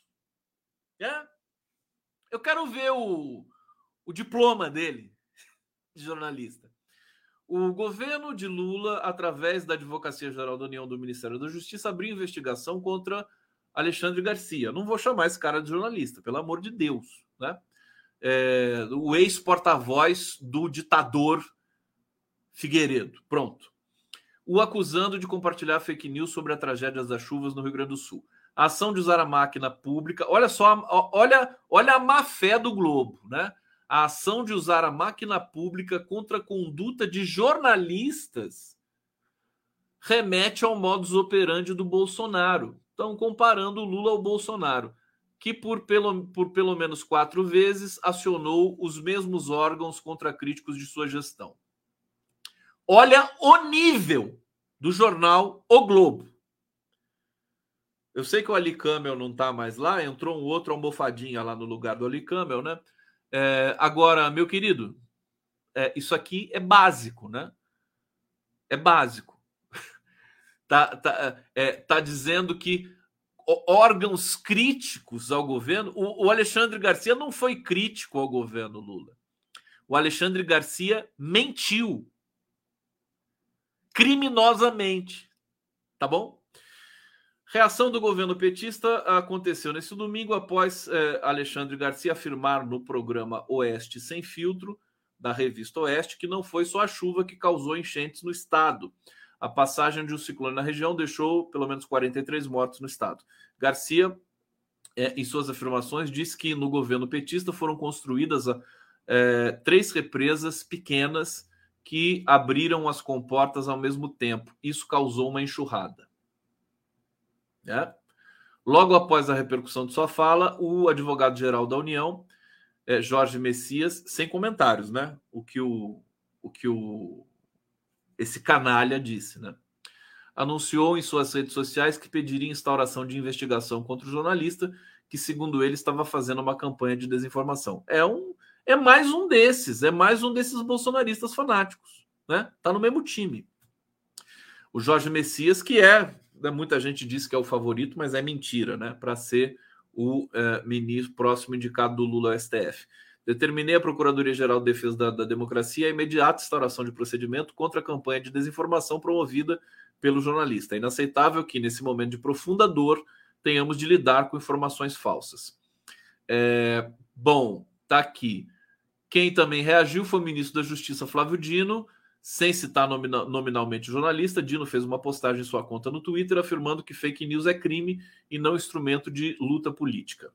Eu quero ver o diploma dele de jornalista. O governo de Lula, através da Advocacia Geral da União do Ministério da Justiça, abriu investigação contra Alexandre Garcia. Não vou chamar esse cara de jornalista, pelo amor de Deus, né? O ex-porta-voz do ditador Figueiredo. Pronto. O acusando de compartilhar fake news sobre a tragédia das chuvas no Rio Grande do Sul. A ação de usar a máquina pública... Olha só, olha a má-fé do Globo, né? A ação de usar a máquina pública contra a conduta de jornalistas remete ao modus operandi do Bolsonaro. Estão comparando o Lula ao Bolsonaro, que por pelo menos 4 vezes acionou os mesmos órgãos contra críticos de sua gestão. Olha o nível do jornal O Globo. Eu sei que o Ali Camel não está mais lá, entrou um outro almofadinha lá no lugar do Ali Camel, né? Agora, meu querido, isso aqui é básico, né? É básico. Tá dizendo que órgãos críticos ao governo... O Alexandre Garcia não foi crítico ao governo Lula. O Alexandre Garcia mentiu criminosamente. Tá bom? Reação do governo petista aconteceu nesse domingo após Alexandre Garcia afirmar no programa Oeste Sem Filtro, da Revista Oeste que não foi só a chuva que causou enchentes no estado. A passagem de um ciclone na região deixou pelo menos 43 mortos no estado. Garcia, em suas afirmações, disse que no governo petista foram construídas 3 represas pequenas que abriram as comportas ao mesmo tempo. Isso causou uma enxurrada. Logo após a repercussão de sua fala, o advogado-geral da União, Jorge Messias, sem comentários, né? O que esse canalha disse, né? Anunciou em suas redes sociais que pediria instauração de investigação contra o jornalista, que, segundo ele, estava fazendo uma campanha de desinformação. É mais um desses bolsonaristas fanáticos, né? Tá no mesmo time. O Jorge Messias, que muita gente diz que é o favorito, mas é mentira, né? Para ser o ministro próximo indicado do Lula ao STF. Determinei à Procuradoria-Geral de Defesa da Democracia a imediata instauração de procedimento contra a campanha de desinformação promovida pelo jornalista. É inaceitável que, nesse momento de profunda dor, tenhamos de lidar com informações falsas. Bom, tá aqui. Quem também reagiu foi o ministro da Justiça, Flávio Dino, sem citar nominalmente o jornalista. Dino fez uma postagem em sua conta no Twitter afirmando que fake news é crime e não instrumento de luta política.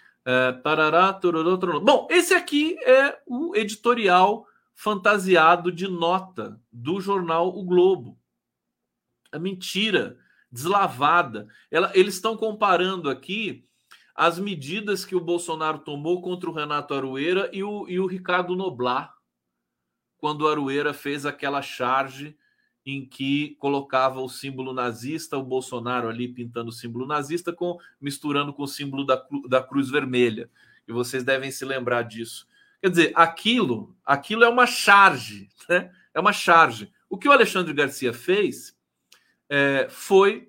Bom, esse aqui é o editorial fantasiado de nota do jornal O Globo. A mentira deslavada. Eles estão comparando aqui as medidas que o Bolsonaro tomou contra o Renato Aroeira e o Ricardo Noblat, quando o Aroeira fez aquela charge em que colocava o símbolo nazista, o Bolsonaro ali pintando o símbolo nazista, misturando com o símbolo da Cruz Vermelha. E vocês devem se lembrar disso. Quer dizer, aquilo é uma charge, né? É uma charge. O que o Alexandre Garcia fez foi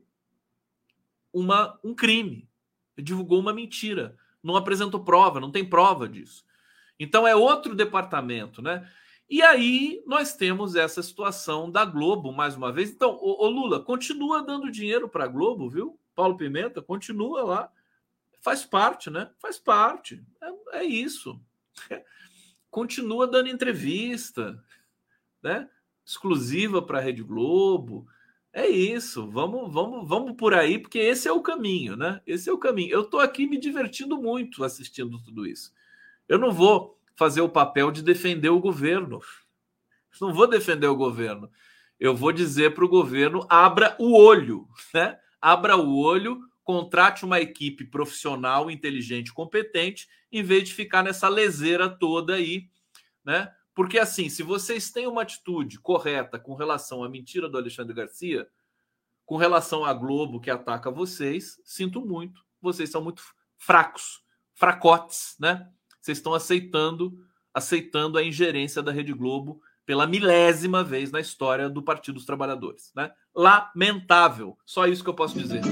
um crime. Ele divulgou uma mentira. Não apresentou prova, não tem prova disso. Então é outro departamento, né? E aí nós temos essa situação da Globo, mais uma vez. Então, o Lula, continua dando dinheiro para a Globo, viu? Paulo Pimenta, continua lá. Faz parte, né? Faz parte. É isso. Continua dando entrevista, né? Exclusiva para a Rede Globo. É isso. Vamos por aí, porque esse é o caminho, né? Esse é o caminho. Eu estou aqui me divertindo muito assistindo tudo isso. Eu não vou fazer o papel de defender o governo. Não vou defender o governo. Eu vou dizer para o governo, abra o olho, né? Abra o olho, contrate uma equipe profissional, inteligente, competente, em vez de ficar nessa leseira toda aí, né? Porque assim, se vocês têm uma atitude correta com relação à mentira do Alexandre Garcia, com relação à Globo que ataca vocês, sinto muito. Vocês são muito fracos, fracotes, né? Vocês estão aceitando a ingerência da Rede Globo pela 1000ª vez na história do Partido dos Trabalhadores, né? Lamentável. Só isso que eu posso dizer.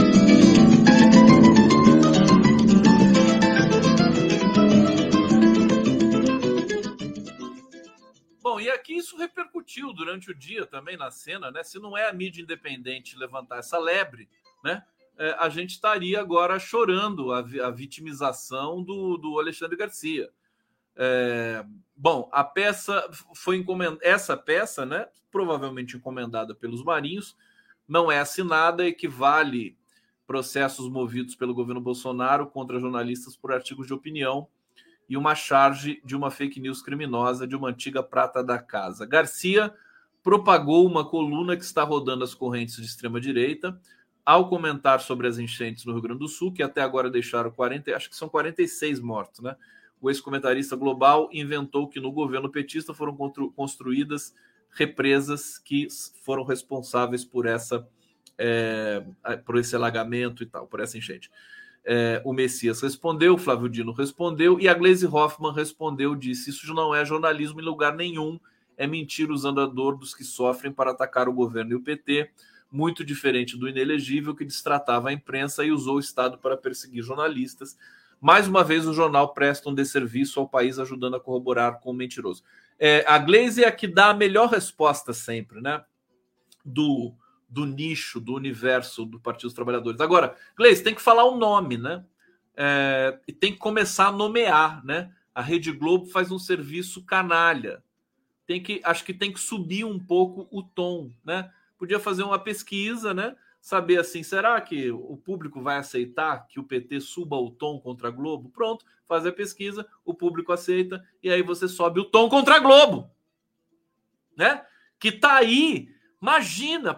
Bom, e aqui isso repercutiu durante o dia também na cena, né? Se não é a mídia independente levantar essa lebre, né? A gente estaria agora chorando a vitimização do Alexandre Garcia. Bom, a peça foi encomendada, essa peça, né, provavelmente encomendada pelos marinhos, não é assinada, equivale processos movidos pelo governo Bolsonaro contra jornalistas por artigos de opinião e uma charge de uma fake news criminosa de uma antiga prata da casa. Garcia propagou uma coluna que está rodando as correntes de extrema-direita ao comentar sobre as enchentes no Rio Grande do Sul, que até agora deixaram 46 mortos, né? O ex-comentarista global inventou que no governo petista foram construídas represas que foram responsáveis por esse alagamento e tal, por essa enchente. O Messias respondeu, o Flávio Dino respondeu e a Gleisi Hoffmann respondeu, disse: isso não é jornalismo em lugar nenhum, é mentira usando a dor dos que sofrem para atacar o governo e o PT, muito diferente do inelegível que destratava a imprensa e usou o Estado para perseguir jornalistas. Mais uma vez o jornal presta um desserviço ao país, ajudando a corroborar com o mentiroso. A Gleisi é a que dá a melhor resposta sempre, né? Do nicho, do universo do Partido dos Trabalhadores. Agora, Gleisi, tem que falar o nome, né? E tem que começar a nomear, né? A Rede Globo faz um serviço canalha. Acho que tem que subir um pouco o tom, né? Podia fazer uma pesquisa, né? Saber assim, será que o público vai aceitar que o PT suba o tom contra a Globo? Pronto, faz a pesquisa, o público aceita, e aí você sobe o tom contra a Globo, né? Que tá aí, imagina,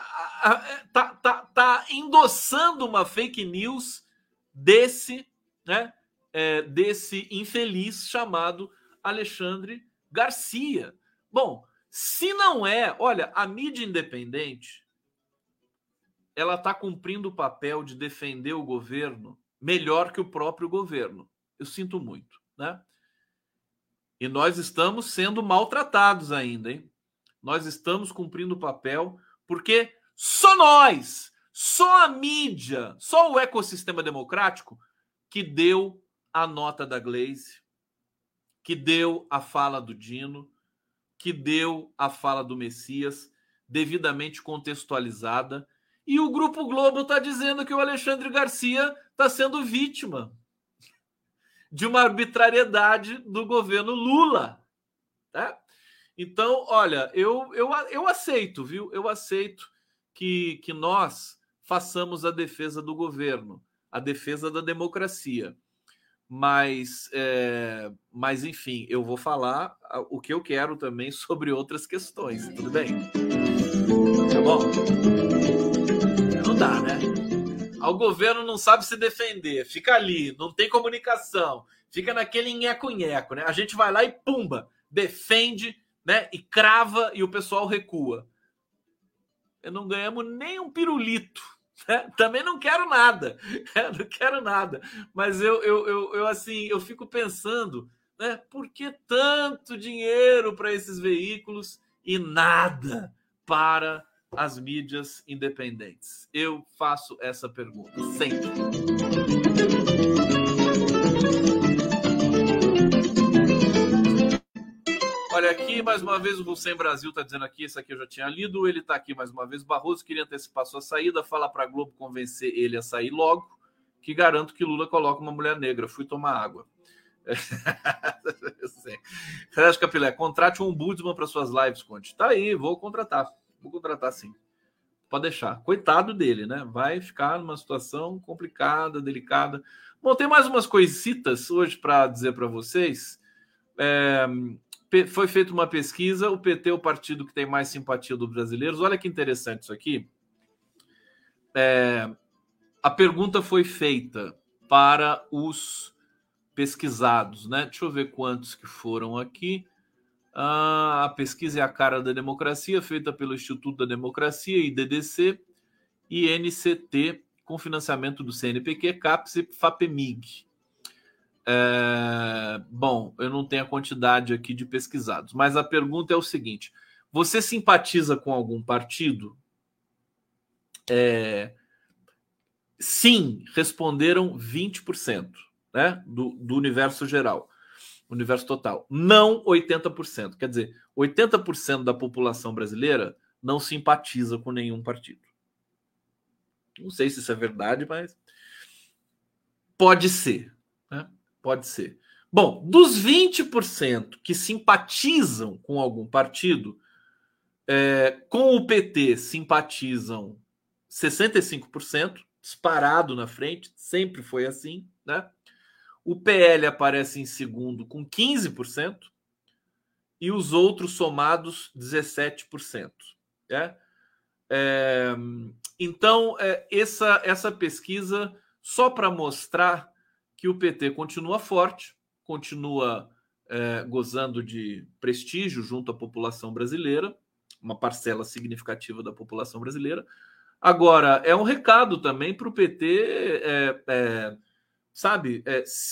tá endossando uma fake news desse, né? Desse infeliz chamado Alexandre Garcia. Bom, se não é, olha, a mídia independente, ela está cumprindo o papel de defender o governo melhor que o próprio governo. Eu sinto muito, né? E nós estamos sendo maltratados ainda, hein? Nós estamos cumprindo o papel porque só nós, só a mídia, só o ecossistema democrático que deu a nota da Glaze, que deu a fala do Dino, que deu a fala do Messias, devidamente contextualizada. E o Grupo Globo está dizendo que o Alexandre Garcia está sendo vítima de uma arbitrariedade do governo Lula. Tá? Então, olha, eu aceito, viu? Eu aceito que nós façamos a defesa do governo, a defesa da democracia. Mas, enfim, eu vou falar o que eu quero também sobre outras questões, tudo bem? Tá bom? Não dá, né? O governo não sabe se defender, fica ali, não tem comunicação, fica naquele nheco-nheco, né? A gente vai lá e pumba, defende, né? E crava e o pessoal recua. Eu não ganhamos nem um pirulito. Também não quero nada, não quero nada, mas eu assim, eu fico pensando, né, por que tanto dinheiro para esses veículos e nada para as mídias independentes? Eu faço essa pergunta sempre. Olha aqui, mais uma vez, o Hussein Brasil está dizendo aqui, isso aqui eu já tinha lido, ele está aqui mais uma vez, Barroso queria antecipar sua saída, fala para a Globo convencer ele a sair logo, que garanto que Lula coloca uma mulher negra, fui tomar água. Sérgio Capilé, contrate um ombudsman para suas lives, Conte. Tá aí, vou contratar sim. Pode deixar. Coitado dele, né? Vai ficar numa situação complicada, delicada. Bom, tem mais umas coisitas hoje para dizer para vocês. Foi feita uma pesquisa, o PT é o partido que tem mais simpatia dos brasileiros. Olha que interessante isso aqui. A pergunta foi feita para os pesquisados, né? Deixa eu ver quantos que foram aqui. A pesquisa é a cara da democracia, feita pelo Instituto da Democracia, IDDC, e NCT, com financiamento do CNPq, CAPES e FAPEMIG. Bom, eu não tenho a quantidade aqui de pesquisados, mas a pergunta é o seguinte: você simpatiza com algum partido? Sim, responderam 20%, né, do universo geral, universo total. Não 80%. Quer dizer, 80% da população brasileira não simpatiza com nenhum partido. Não sei se isso é verdade, mas pode ser, né? Pode ser. Bom, dos 20% que simpatizam com algum partido, com o PT simpatizam 65%, disparado na frente, sempre foi assim, né? O PL aparece em segundo com 15% e os outros somados 17%. Né? Então, essa pesquisa só para mostrar que o PT continua forte, continua gozando de prestígio junto à população brasileira, uma parcela significativa da população brasileira. Agora, é um recado também para o PT, sabe?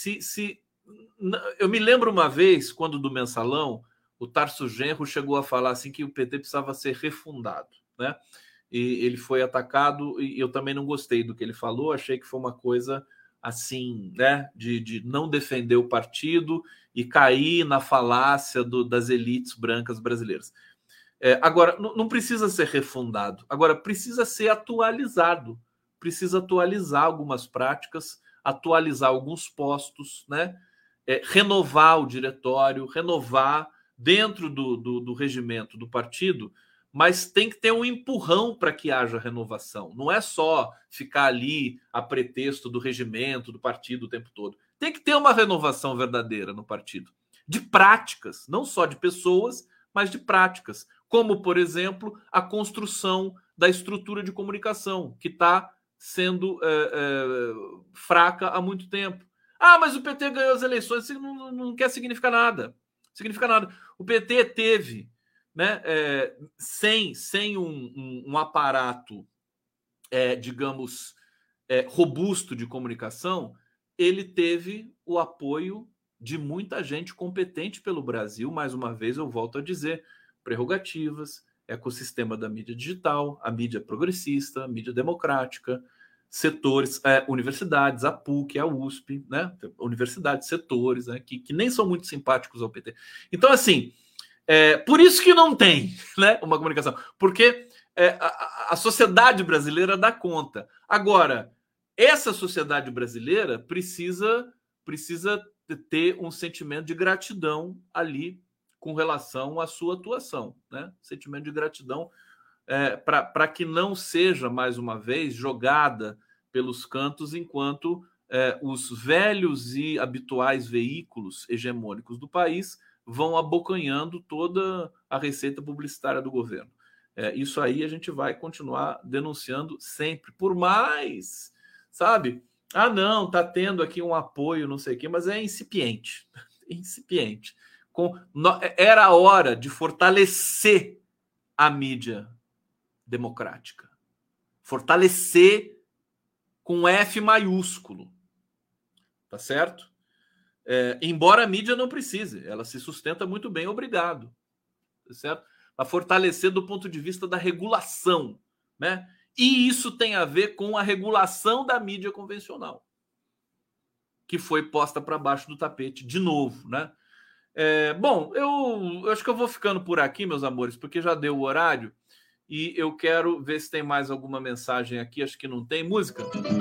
Eu me lembro uma vez, quando do Mensalão, o Tarso Genro chegou a falar assim que o PT precisava ser refundado, né? E ele foi atacado, e eu também não gostei do que ele falou, achei que foi uma coisa assim, né, de não defender o partido e cair na falácia das elites brancas brasileiras. Agora, não precisa ser refundado, agora precisa ser atualizado, precisa atualizar algumas práticas, atualizar alguns postos, né? renovar o diretório, renovar dentro do regimento do partido, mas tem que ter um empurrão para que haja renovação. Não é só ficar ali a pretexto do regimento, do partido o tempo todo. Tem que ter uma renovação verdadeira no partido. De práticas, não só de pessoas, mas de práticas. Como, por exemplo, a construção da estrutura de comunicação, que está sendo fraca há muito tempo. Ah, mas o PT ganhou as eleições, isso não quer significar nada. Significa nada. O PT teve, né, sem um aparato, digamos, robusto de comunicação, ele teve o apoio de muita gente competente pelo Brasil. Mais uma vez, eu volto a dizer, prerrogativas, ecossistema da mídia digital, a mídia progressista, a mídia democrática, setores, universidades, a PUC, a USP, né? Universidades, setores, né? que nem são muito simpáticos ao PT. Então, assim, por isso que não tem, né, uma comunicação, porque a sociedade brasileira dá conta. Agora, essa sociedade brasileira precisa ter um sentimento de gratidão ali com relação à sua atuação, né? Sentimento de gratidão para que não seja, mais uma vez, jogada pelos cantos enquanto os velhos e habituais veículos hegemônicos do país vão abocanhando toda a receita publicitária do governo. Isso aí a gente vai continuar denunciando sempre, por mais, sabe? Ah, não, está tendo aqui um apoio, não sei o quê, mas é incipiente. Incipiente. Era a hora de fortalecer a mídia democrática. Fortalecer com F maiúsculo. Tá certo? Embora a mídia não precise, ela se sustenta muito bem, obrigado. Tá certo? Para fortalecer do ponto de vista da regulação, né? E isso tem a ver com a regulação da mídia convencional, que foi posta para baixo do tapete de novo, né? Bom, eu acho que eu vou ficando por aqui, meus amores, porque já deu o horário e eu quero ver se tem mais alguma mensagem aqui. Acho que não tem. Música.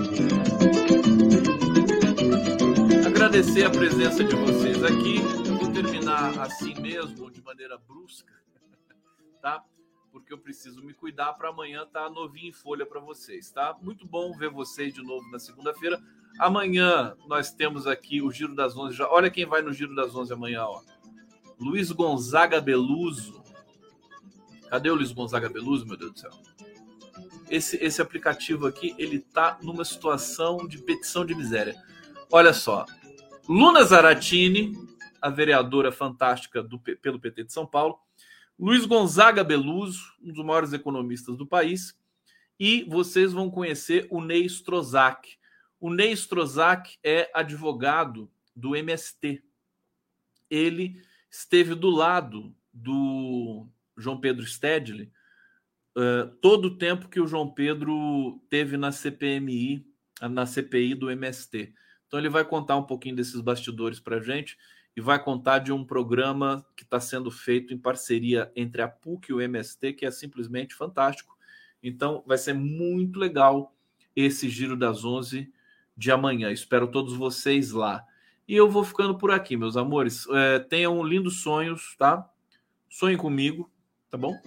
Agradecer a presença de vocês aqui. Eu vou terminar assim mesmo, de maneira brusca, tá? Porque eu preciso me cuidar para amanhã estar novinho em folha para vocês, tá? Muito bom ver vocês de novo na segunda-feira. Amanhã nós temos aqui o Giro das 11. Olha quem vai no Giro das 11 amanhã, ó. Luiz Gonzaga Beluso. Cadê o Luiz Gonzaga Beluso, meu Deus do céu? Esse aplicativo aqui, ele tá numa situação de petição de miséria. Olha só. Luna Zaratini, a vereadora fantástica pelo PT de São Paulo. Luiz Gonzaga Beluso, um dos maiores economistas do país. E vocês vão conhecer o Ney Strozak. O Ney Strozak é advogado do MST. Ele esteve do lado do João Pedro Stedley todo o tempo que o João Pedro teve na CPI do MST. Então ele vai contar um pouquinho desses bastidores para a gente e vai contar de um programa que está sendo feito em parceria entre a PUC e o MST, que é simplesmente fantástico. Então vai ser muito legal esse Giro das 11 de amanhã. Espero todos vocês lá. E eu vou ficando por aqui, meus amores. Tenham lindos sonhos, tá? Sonhem comigo, tá bom?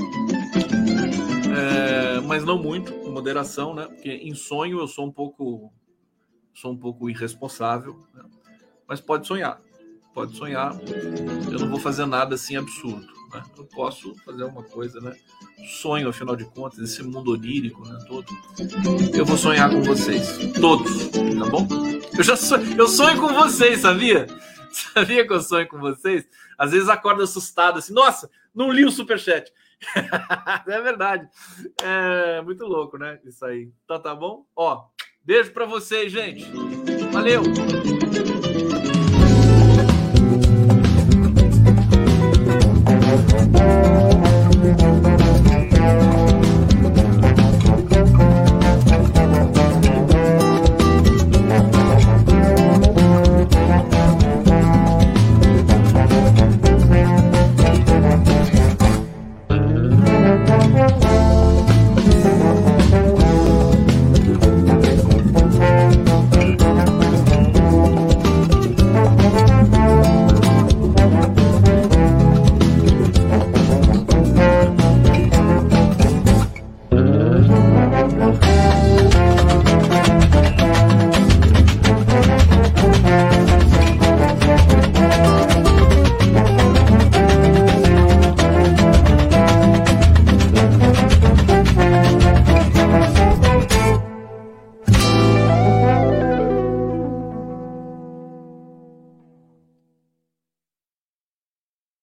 Mas não muito, com moderação, né? Porque em sonho eu sou um pouco irresponsável, né? Mas pode sonhar. Pode sonhar. Eu não vou fazer nada assim absurdo, né? Eu posso fazer uma coisa, né? Sonho, afinal de contas, esse mundo onírico, né? Todo. Eu vou sonhar com vocês, todos, tá bom? Eu sonho com vocês, sabia? Sabia que eu sonho com vocês? Às vezes acordo assustado, assim, nossa, não li o superchat. É verdade. É muito louco, né? Isso aí. Então tá bom? Ó, beijo pra vocês, gente. Valeu!